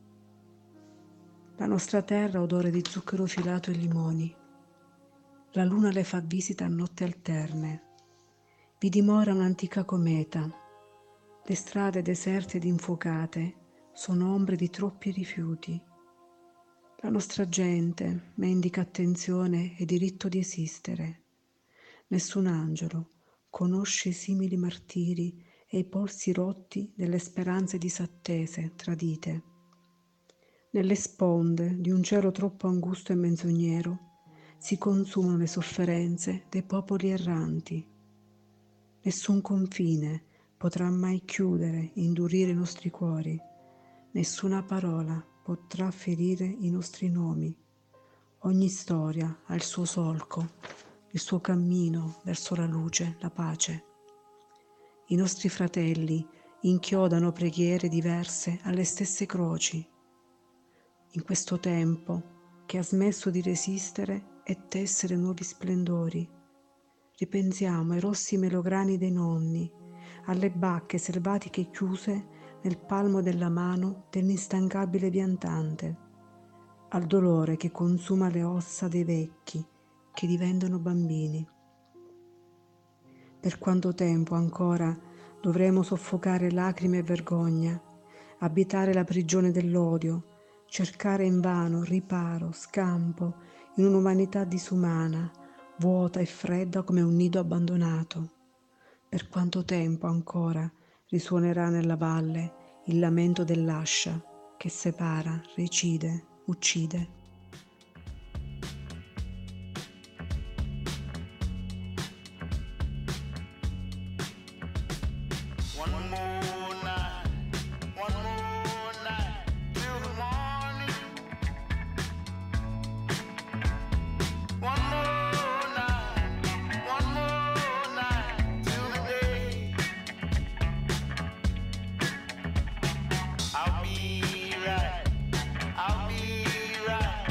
La nostra terra odore di zucchero filato e limoni. La luna le fa visita a notte alterne. Vi dimora un'antica cometa. Le strade deserte ed infuocate sono ombre di troppi rifiuti. La nostra gente mendica attenzione e diritto di esistere. Nessun angelo conosce i simili martiri e i polsi rotti delle speranze disattese, tradite. Nelle sponde di un cielo troppo angusto e menzognero si consumano le sofferenze dei popoli erranti. Nessun confine potrà mai chiudere e indurire i nostri cuori. Nessuna parola potrà ferire i nostri nomi. Ogni storia ha il suo solco, il suo cammino verso la luce, la pace. I nostri fratelli inchiodano preghiere diverse alle stesse croci. In questo tempo che ha smesso di resistere e tessere nuovi splendori, ripensiamo ai rossi melograni dei nonni, alle bacche selvatiche chiuse nel palmo della mano dell'instancabile piantante, al dolore che consuma le ossa dei vecchi che diventano bambini. Per quanto tempo ancora dovremo soffocare lacrime e vergogna, abitare la prigione dell'odio, cercare invano riparo, scampo in un'umanità disumana, vuota e fredda come un nido abbandonato? Per quanto tempo ancora risuonerà nella valle il lamento dell'ascia che separa, recide, uccide? I'll be right, I'll be right.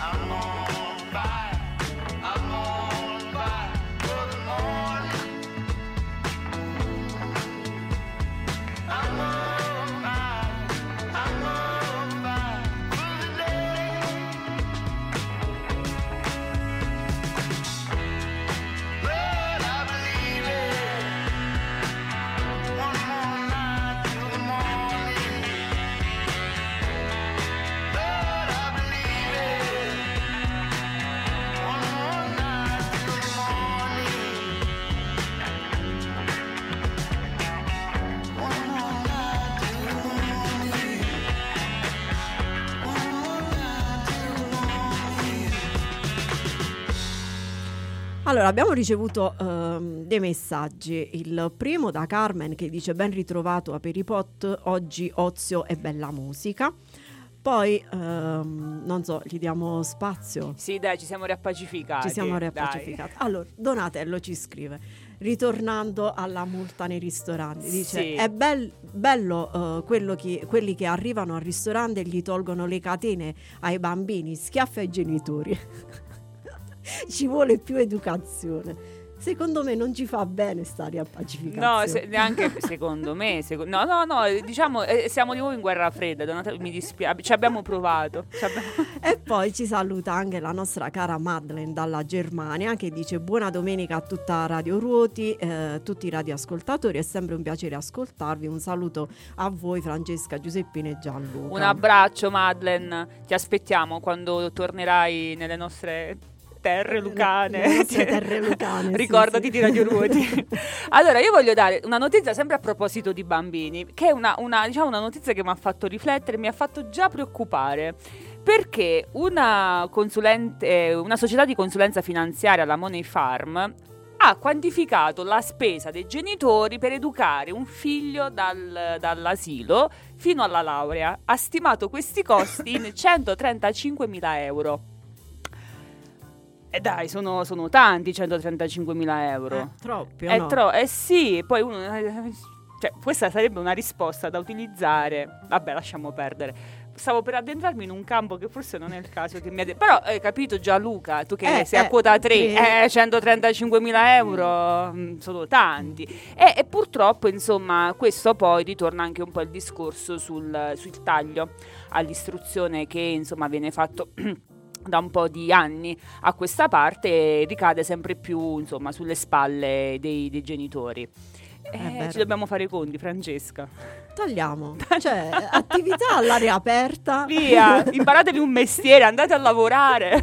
Allora, abbiamo ricevuto ehm, dei messaggi. Il primo da Carmen che dice: ben ritrovato a Peripot, oggi ozio e bella musica. Poi, ehm, non so, gli diamo spazio? Sì, dai, ci siamo riappacificati. Ci siamo riappacificati. Dai. Allora, Donatello ci scrive: ritornando alla multa nei ristoranti, dice: sì. è bel, bello uh, quello che, quelli che arrivano al ristorante e gli tolgono le catene ai bambini, schiaffi ai genitori. Ci vuole più educazione. Secondo me non ci fa bene stare a pacificazione. No, se, neanche secondo me. Seco- no, no, no, diciamo, eh, siamo di nuovo in guerra fredda. Donatello, mi dispiace, ci abbiamo provato. Ci abbiamo... E poi ci saluta anche la nostra cara Madeleine dalla Germania, che dice: buona domenica a tutta Radio Ruoti, eh, tutti i radioascoltatori, è sempre un piacere ascoltarvi. Un saluto a voi, Francesca, Giuseppina e Gianluca. Un abbraccio, Madeleine, ti aspettiamo quando tornerai nelle nostre terre lucane, terre lucane ricordati sì, sì. di Radio Ruoti. Allora io voglio dare una notizia sempre a proposito di bambini, che è una, una, diciamo, una notizia che mi ha fatto riflettere, mi ha fatto già preoccupare, perché una consulente, una società di consulenza finanziaria, la Money Farm, ha quantificato la spesa dei genitori per educare un figlio dal, dall'asilo fino alla laurea. Ha stimato questi costi in centotrentacinquemila euro. E eh dai, sono, sono tanti centotrentacinquemila euro. Eh, troppi, È no? tro- eh sì, poi uno... Cioè, questa sarebbe una risposta da utilizzare. Vabbè, lasciamo perdere. Stavo per addentrarmi in un campo che forse non è il caso che mi ha detto. Però hai capito Gianluca, tu che eh, sei eh, a quota tre, sì. eh, centotrentacinquemila euro mh, sono tanti. E, e purtroppo, insomma, questo poi ritorna anche un po' il discorso sul, sul taglio all'istruzione che, insomma, viene fatto... da un po' di anni a questa parte, ricade sempre più, insomma, sulle spalle dei, dei genitori. Eh, ci dobbiamo fare i conti, Francesca. Tagliamo, cioè attività all'aria aperta. Via, imparatevi un mestiere, andate a lavorare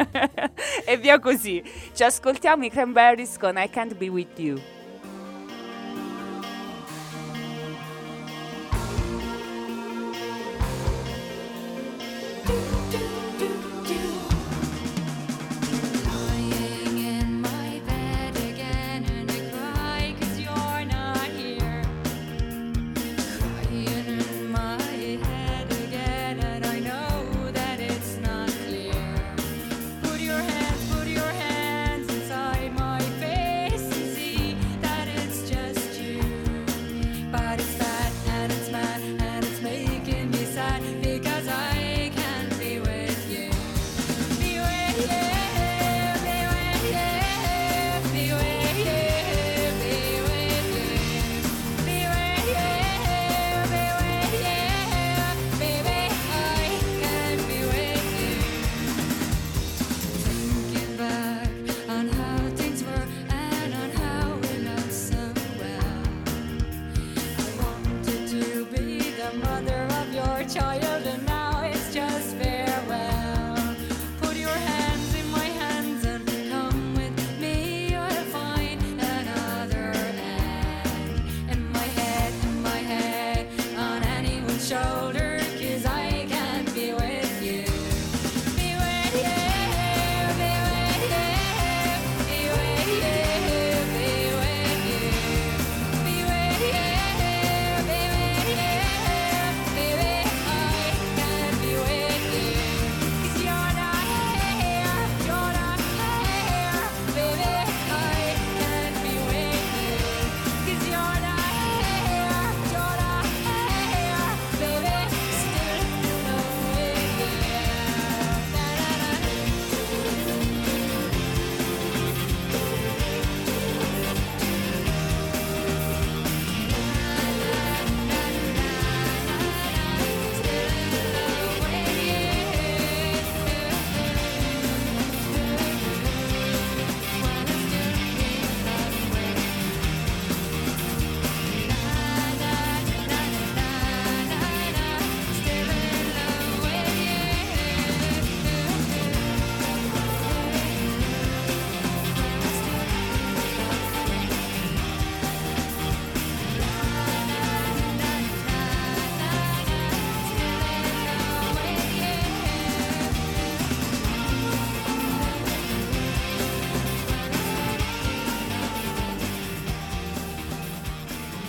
e via così. Ci ascoltiamo i Cranberries con I Can't Be With You. Put your hands, put your hands inside my face and see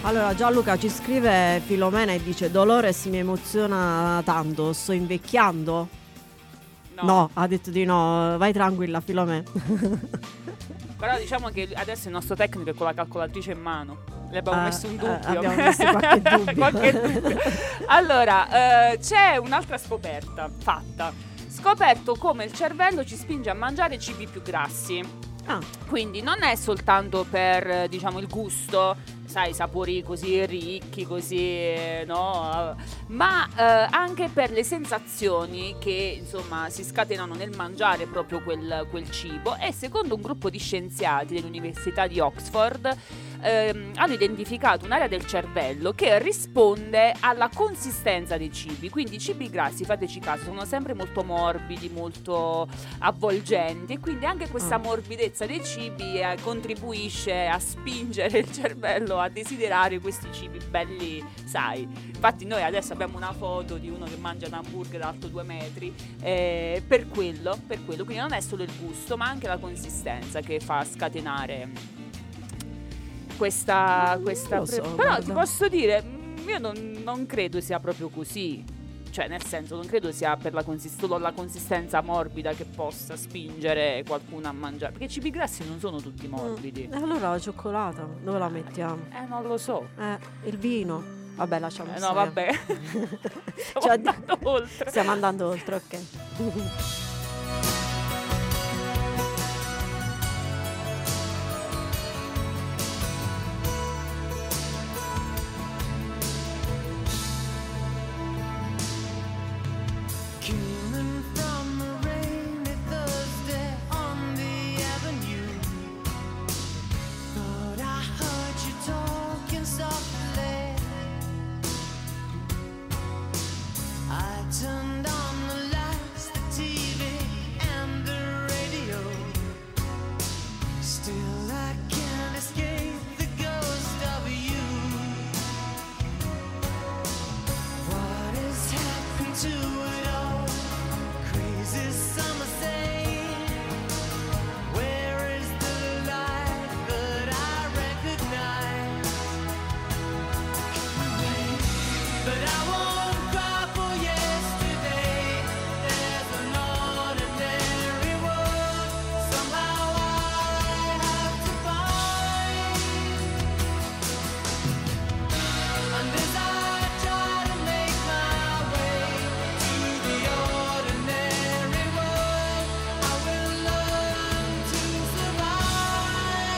Allora Gianluca ci scrive Filomena e dice: Dolores mi emoziona tanto, sto invecchiando? No, No, ha detto di no, vai tranquilla Filomena. però diciamo che adesso il nostro tecnico è con la calcolatrice in mano. Le abbiamo Ah, messo un eh, dubbio. abbiamo messo qualche dubbio. Qualche dubbio. Allora, eh, c'è un'altra scoperta fatta. Scoperto come il cervello ci spinge a mangiare cibi più grassi. Ah, Quindi non è soltanto per, eh, diciamo, il gusto, sai, sapori così ricchi, così, eh, no? Ma eh, anche per le sensazioni che, insomma, si scatenano nel mangiare proprio quel, quel cibo. E secondo un gruppo di scienziati dell'Università di Oxford ehm, hanno identificato un'area del cervello che risponde alla consistenza dei cibi. Quindi i cibi grassi, fateci caso, sono sempre molto morbidi, molto avvolgenti, e quindi anche questa Ah. morbidezza dei cibi eh, contribuisce a spingere il cervello a desiderare questi cibi belli, sai. Infatti noi adesso abbiamo una foto di uno che mangia un hamburger alto due metri, eh, per quello, per quello. Quindi non è solo il gusto, ma anche la consistenza che fa scatenare questa, questa lo so, pre- però guarda. ti posso dire, mm, io non, non credo sia proprio così. Cioè, nel senso, non credo sia per la, consist- solo la consistenza morbida che possa spingere qualcuno a mangiare. Perché i cibi grassi non sono tutti morbidi. E allora la cioccolata, dove la mettiamo? Eh, non lo so. Eh, il vino. Vabbè, lasciamo Eh, no, stare. vabbè. Stiamo Cioè, andando oltre. Stiamo andando oltre, ok. Coming from a rainy Thursday on the avenue, thought I heard you talking softly. I turned on the lights, the T V and the radio. Still I can't escape the ghost of you. What has happened to it all? Crazy summer say, where is the light that I recognize? But I won't cry for yesterday. There's an ordinary world somehow I have to find. And as I try to make my way to the ordinary world, I will learn to survive.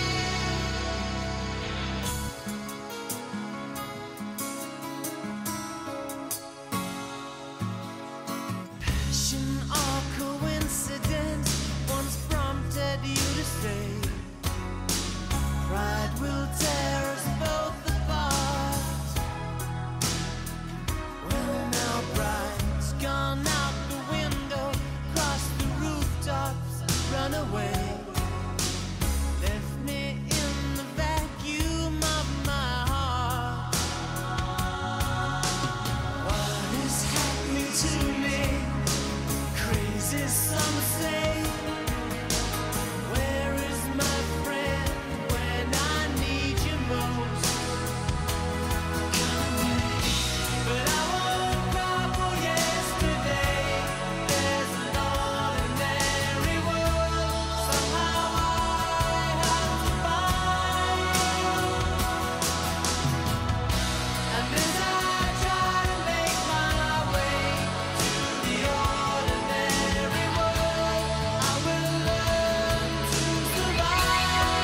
Passion or coincidence once prompted you to say, pride will tear us both apart. Well, now pride's gone out the window, crossed the rooftops, run away. Left me in the vacuum of my heart. What is happening to me? Crazy some say. Where is my friend when I need you most? But I won't cry for yesterday. There's an ordinary world somehow I have to find. And as I try to make my way to the ordinary world, I will learn to survive.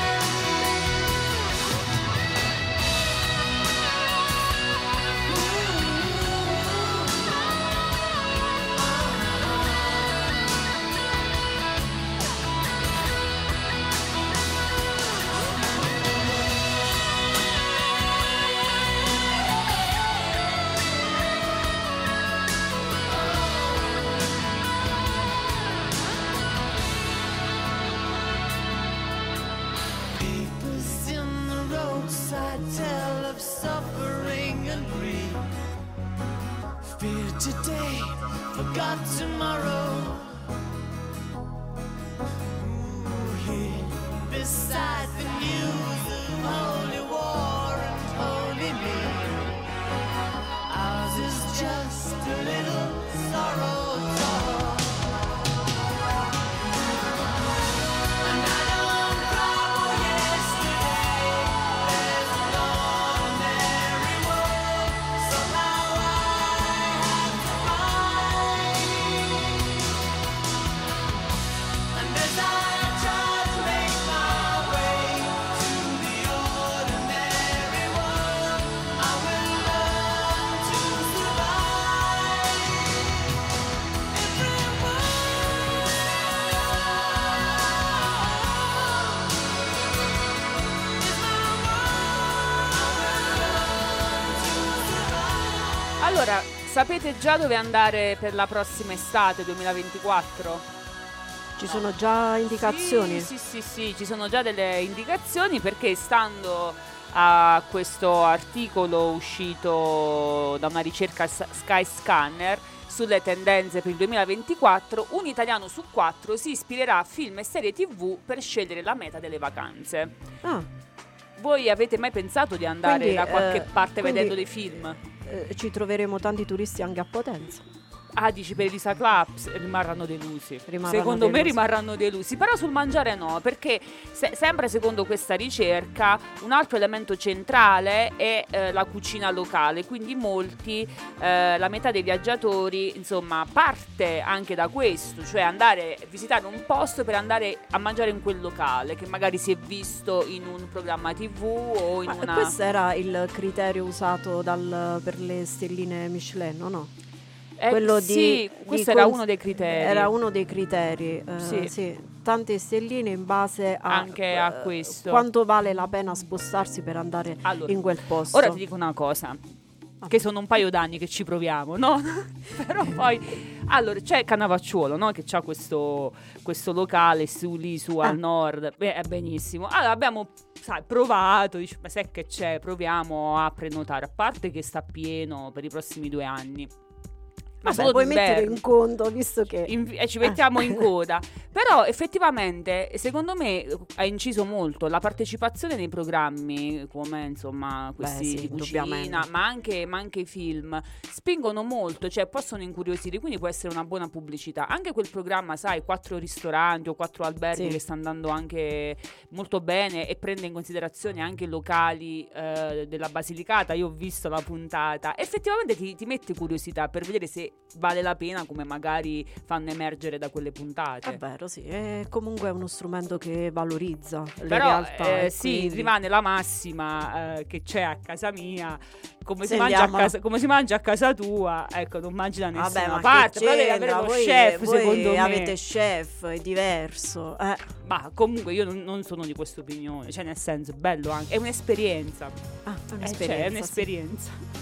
Papers in the roadside tell of suffering and grief. Fear today, forgot tomorrow. Ooh, here beside the news of holy war and holy Allora, sapete già dove andare per la prossima estate duemilaventiquattro? Ci sono già indicazioni? Sì, sì, sì, sì, ci sono già delle indicazioni, perché stando a questo articolo uscito da una ricerca Skyscanner sulle tendenze per il duemilaventiquattro, un italiano su quattro si ispirerà a film e serie tivù per scegliere la meta delle vacanze. Ah. Voi avete mai pensato di andare Quindi, da qualche eh, parte quindi, vedendo dei film? Eh, ci troveremo tanti turisti anche a Potenza. Ah, dici per Elisa Clubs rimarranno delusi. Rimarranno secondo me delusi. rimarranno delusi. Però sul mangiare no, perché se- sempre secondo questa ricerca un altro elemento centrale è eh, la cucina locale. Quindi molti, eh, la metà dei viaggiatori, insomma, parte anche da questo, cioè andare a visitare un posto per andare a mangiare in quel locale che magari si è visto in un programma tivù o in Ma una... questo era il criterio usato dal, per le stelline Michelin, o no? Eh, Quello sì, di, questo di era cons- uno dei criteri. Era uno dei criteri, eh, Sì. sì. Tante stelline in base a, Anche a eh, questo. quanto vale la pena spostarsi per andare Allora, in quel posto. Ora ti dico una cosa, che sono un paio d'anni che ci proviamo, no? Però poi, allora, c'è Cannavacciuolo, no? Che c'ha questo, questo locale su lì, su al Ah. nord, beh, è benissimo. Allora abbiamo, sai, provato, dici, ma sai che c'è, proviamo a prenotare, a parte che sta pieno per i prossimi due anni. Ma Vabbè, solo puoi d'inverno. mettere in conto, visto che In- e ci mettiamo in coda. Però effettivamente secondo me ha inciso molto la partecipazione nei programmi come insomma questi sì, di cucina, indubbiamente. ma anche, ma anche i film spingono molto, cioè possono incuriosire, quindi può essere una buona pubblicità. Anche quel programma, sai, quattro ristoranti o quattro alberghi Sì. che sta andando anche molto bene e prende in considerazione anche i locali eh, della Basilicata. Io ho visto la puntata, effettivamente ti, ti mette curiosità per vedere se vale la pena, come magari fanno emergere da quelle puntate. è vero, sì, è comunque uno strumento che valorizza le Però realtà. eh, e sì, quindi- rimane la massima eh, che c'è a casa mia, come si, Se mangia a andiamo- casa, come si mangia a casa tua, ecco, non mangi da nessuna Vabbè, ma parte. che Però devi avere c'entra? lo Voi- chef, voi secondo me. avete chef, è diverso. Eh. Ma comunque io non, non sono di questa opinione, cioè nel senso è bello anche, è un'esperienza. Ah, è Eh, un'esperienza. cioè, è sì. un'esperienza.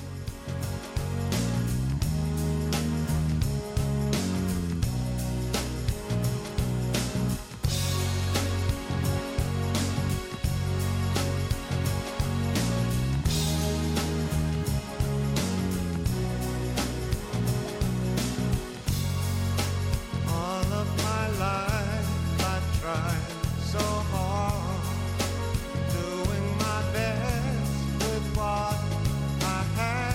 All of my life I tried so hard, doing my best with what I had.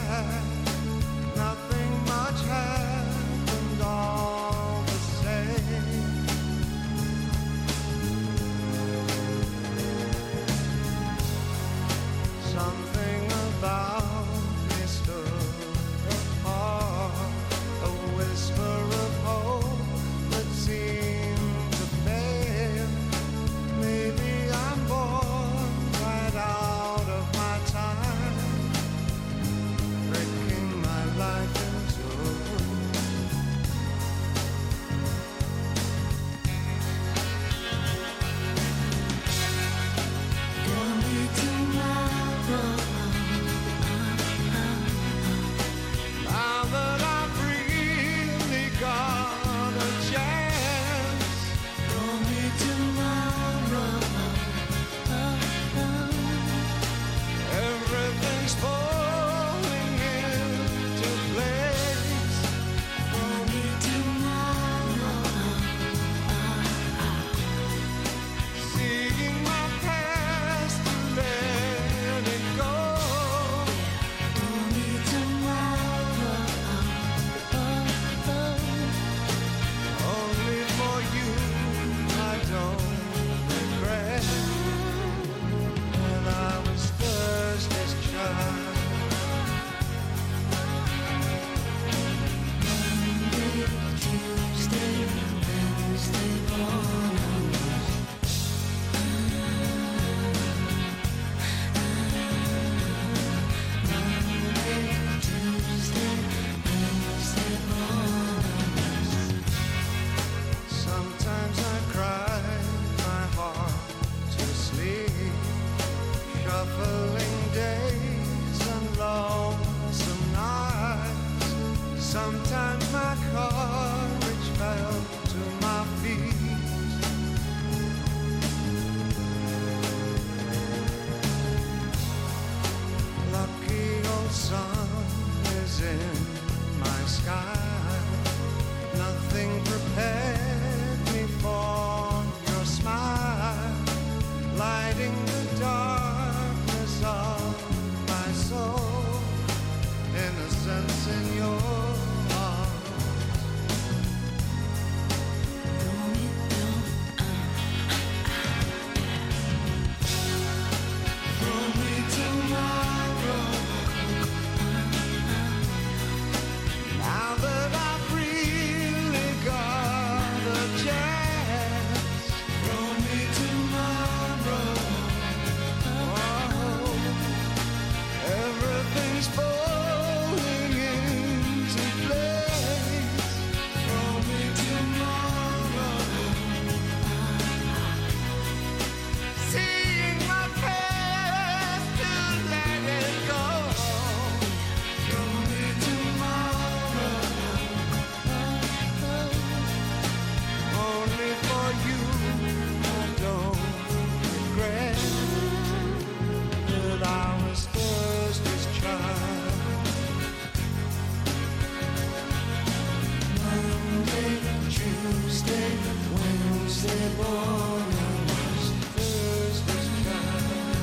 morning was Thursday's child.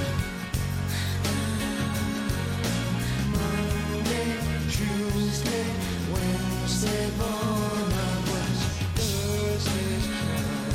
Monday, Tuesday, Wednesday morning was Thursday's child.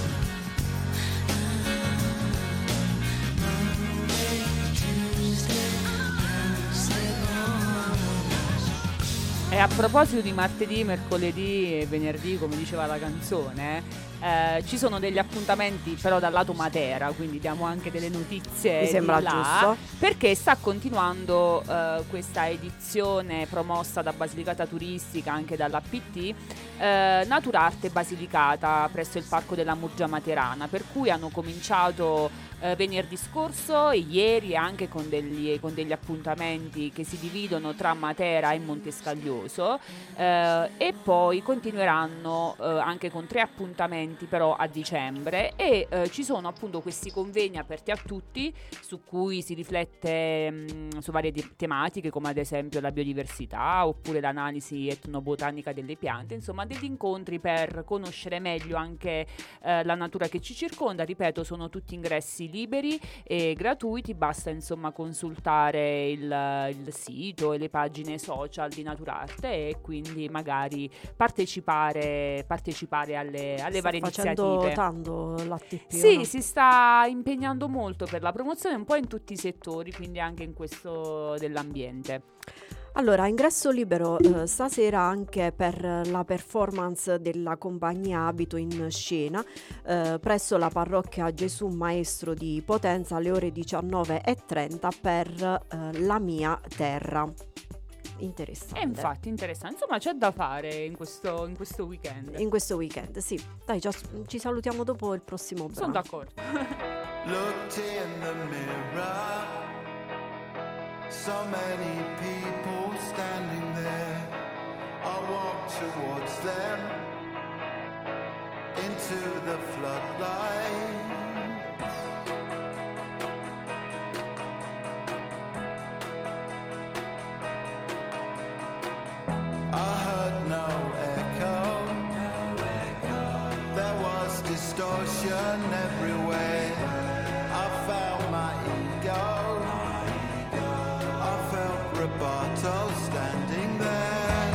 Monday, Tuesday, Wednesday morning was. E a proposito di martedì, mercoledì e venerdì, come diceva la canzone, eh, ci sono degli appuntamenti però dal lato Matera, quindi diamo anche delle notizie. Mi sembra di là, giusto. perché sta continuando eh, questa edizione promossa da Basilicata Turistica, anche dall'A P T, eh, Naturarte Basilicata presso il Parco della Murgia Materana, per cui hanno cominciato eh, venerdì scorso e ieri anche con degli, con degli appuntamenti che si dividono tra Matera e Montescaglioso, eh, e poi continueranno eh, anche con tre appuntamenti però a dicembre, e eh, ci sono appunto questi convegni aperti a tutti su cui si riflette mh, su varie te- tematiche, come ad esempio la biodiversità oppure l'analisi etnobotanica delle piante, insomma degli incontri per conoscere meglio anche eh, la natura che ci circonda. Ripeto, sono tutti ingressi liberi e gratuiti, basta insomma consultare il, il sito e le pagine social di Naturarte e quindi magari partecipare partecipare alle, alle Sta varie facendo iniziative. tanto l'A T P. Sì, o no? si sta impegnando molto per la promozione un po' in tutti i settori, quindi anche in questo dell'ambiente. Allora, ingresso libero eh, stasera anche per la performance della compagnia Abito in Scena eh, presso la parrocchia Gesù Maestro di Potenza alle ore diciannove e trenta per eh, La Mia Terra. Interessante. E infatti interessante, insomma c'è da fare in questo, in questo weekend. In questo weekend, sì. Dai, ci, as- ci salutiamo dopo il prossimo brano. Sono d'accordo. Looked in the mirror, so many people standing there. I walked towards them into the floodlight. I heard no echo, there was distortion everywhere. I felt my ego, I felt Roberto standing there.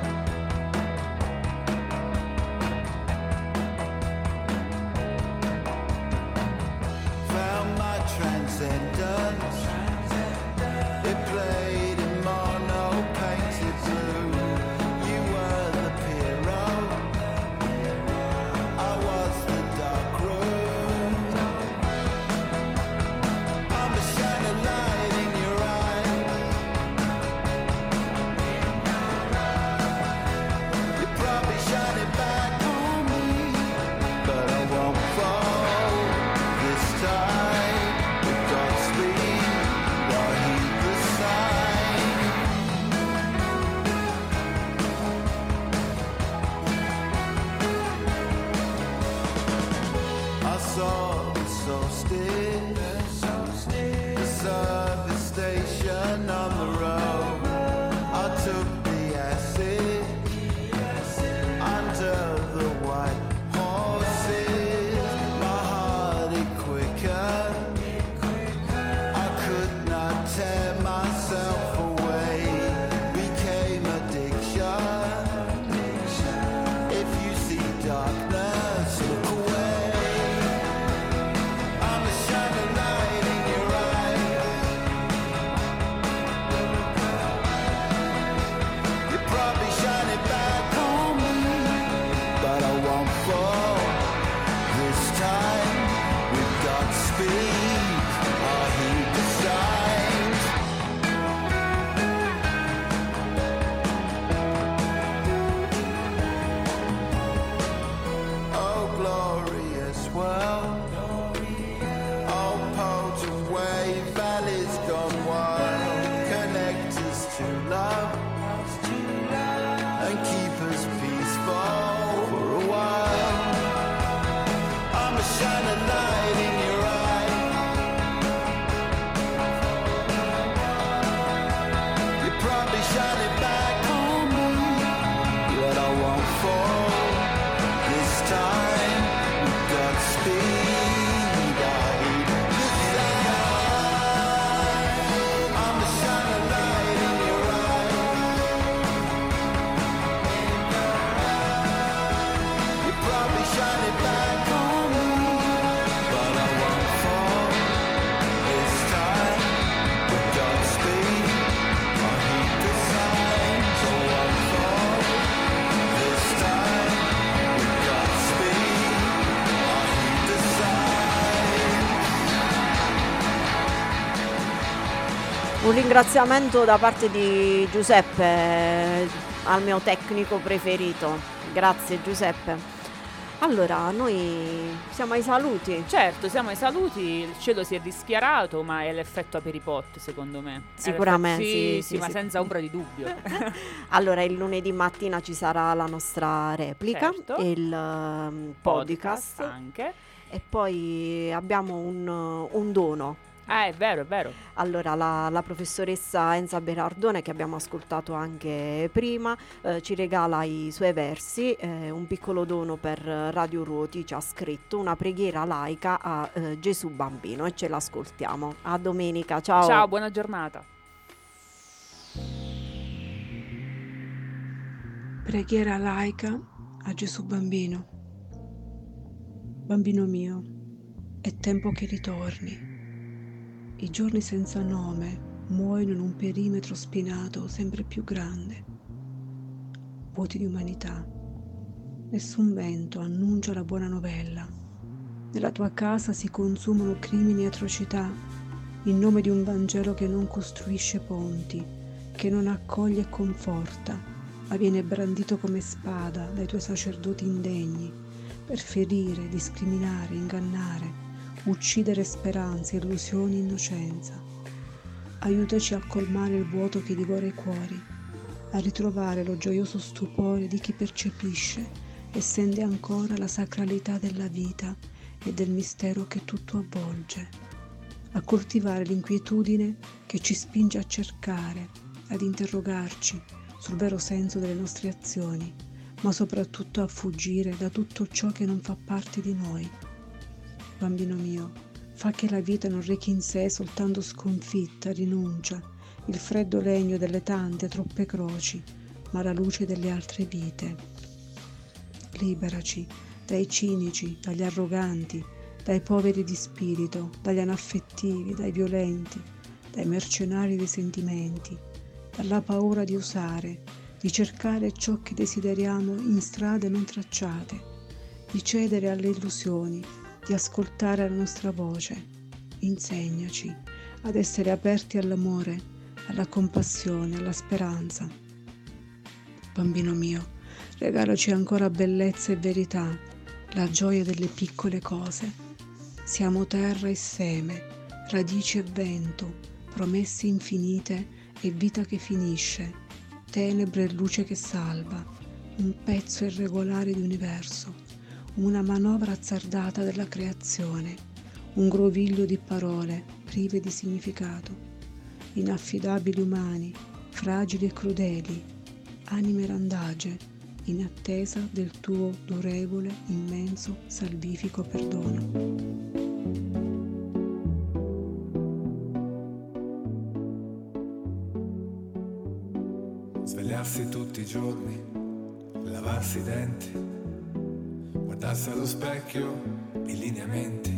Found my transcendence, it played in mono painted blue. You were the hero, I was the dark room. I'm a shining Un ringraziamento da parte di Giuseppe eh, al mio tecnico preferito. Grazie Giuseppe. Allora, noi siamo ai saluti. Certo, siamo ai saluti, il cielo si è rischiarato, ma è l'effetto Aperipot, secondo me. Sicuramente, sì, sì, sì, sì, ma sì. senza ombra di dubbio. Allora, il lunedì mattina ci sarà la nostra replica, Certo. e il um, podcast, Podcast anche. e poi abbiamo un, un dono. Ah, è vero, è vero. Allora, la, la professoressa Enza Berardone, che abbiamo ascoltato anche prima, eh, ci regala i suoi versi, eh, un piccolo dono per Radio Ruoti, ci ha scritto una preghiera laica a eh, Gesù Bambino, e ce l'ascoltiamo. A domenica, ciao. Ciao, buona giornata. Preghiera laica a Gesù Bambino. Bambino mio, è tempo che ritorni. I giorni senza nome muoiono in un perimetro spinato sempre più grande, vuoti di umanità. Nessun vento annuncia la buona novella. Nella tua casa si consumano crimini e atrocità in nome di un Vangelo che non costruisce ponti, che non accoglie e conforta, ma viene brandito come spada dai tuoi sacerdoti indegni per ferire, discriminare, ingannare, uccidere speranze, illusioni, innocenza. Aiutaci a colmare il vuoto che divora i cuori, a ritrovare lo gioioso stupore di chi percepisce e sente ancora la sacralità della vita e del mistero che tutto avvolge, a coltivare l'inquietudine che ci spinge a cercare, ad interrogarci sul vero senso delle nostre azioni, ma soprattutto a fuggire da tutto ciò che non fa parte di noi. Bambino mio, fa che la vita non rechi in sé soltanto sconfitta, rinuncia, il freddo legno delle tante troppe croci, ma la luce delle altre vite. Liberaci dai cinici, dagli arroganti, dai poveri di spirito, dagli anaffettivi, dai violenti, dai mercenari dei sentimenti, dalla paura di usare, di cercare ciò che desideriamo in strade non tracciate, di cedere alle illusioni, di ascoltare la nostra voce. Insegnaci ad essere aperti all'amore, alla compassione, alla speranza. Bambino mio, regalaci ancora bellezza e verità, la gioia delle piccole cose. Siamo terra e seme, radici e vento, promesse infinite e vita che finisce, tenebre e luce che salva, un pezzo irregolare di universo, una manovra azzardata della creazione, un groviglio di parole prive di significato, inaffidabili umani, fragili e crudeli, anime randagie, in attesa del tuo durevole, immenso, salvifico perdono. Svegliarsi tutti i giorni, lavarsi i denti, guardarsi allo specchio, i lineamenti,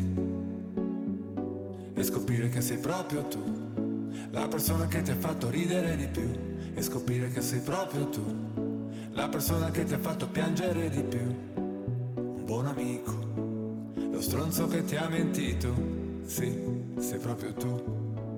e scoprire che sei proprio tu, la persona che ti ha fatto ridere di più, e scoprire che sei proprio tu, la persona che ti ha fatto piangere di più, un buon amico, lo stronzo che ti ha mentito, sì, sei proprio tu.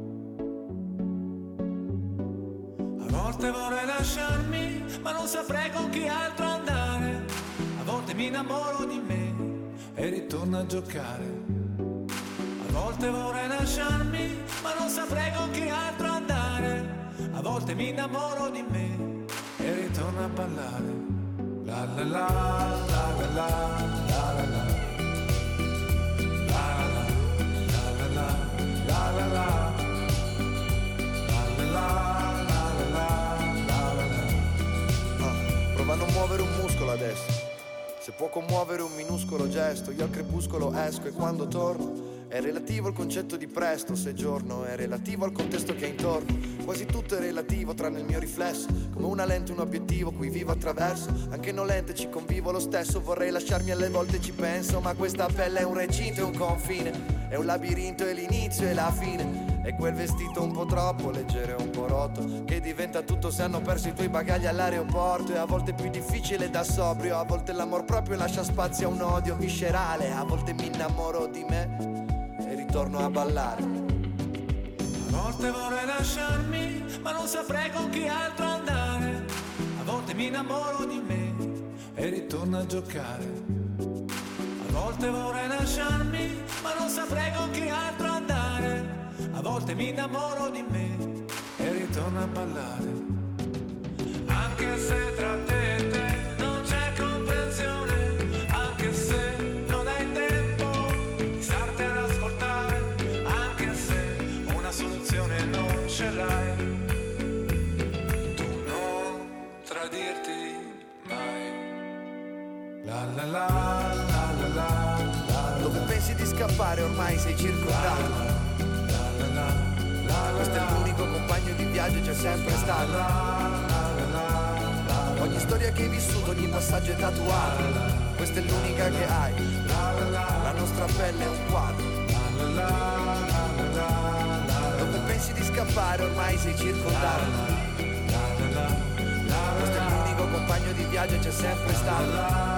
A volte vorrei lasciarmi, ma non saprei con chi altro andare. A volte mi innamoro di me e ritorno a giocare. A volte vorrei lasciarmi, ma non saprei con chi altro andare. A volte mi innamoro di me e ritorno a ballare. La la la la la la la la la. La la la la la la la. Prova a non muovere un muscolo adesso. Se può commuovere un minuscolo gesto, io al crepuscolo esco e quando torno è relativo al concetto di presto, se giorno è relativo al contesto che è intorno. Quasi tutto è relativo tranne il mio riflesso, come una lente un obiettivo cui vivo attraverso. Anche nolente ci convivo lo stesso, vorrei lasciarmi alle volte ci penso, ma questa pelle è un recinto e un confine, è un labirinto e l'inizio e la fine. E quel vestito un po' troppo leggero e un po' rotto, che diventa tutto se hanno perso i tuoi bagagli all'aeroporto. E a volte è più difficile da sobrio, a volte l'amor proprio lascia spazio a un odio viscerale. A volte mi innamoro di me e ritorno a ballare. A A volte vorrei lasciarmi, ma non saprei con chi altro andare. A volte mi innamoro di me e ritorno a giocare. A volte vorrei lasciarmi, ma non saprei con chi altro andare. A volte mi innamoro di me e ritorno a ballare. Anche se tra te e te non c'è comprensione, anche se non hai tempo di starti ad ascoltare, anche se una soluzione non ce l'hai, tu non tradirti mai. La la la la la la la. Dove pensi di scappare ormai sei circondato. Questo è l'unico compagno di viaggio, c'è sempre stato. Ogni storia che hai vissuto, ogni passaggio è tatuato. Questa è l'unica che hai. La nostra pelle è un quadro. Dove pensi di scappare ormai sei circondato. Questo è l'unico compagno di viaggio, c'è sempre stato.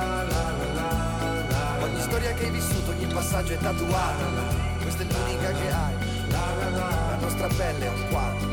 Ogni storia che hai vissuto, ogni passaggio è tatuato. Questa è l'unica che hai. La nostra pelle è un quadro.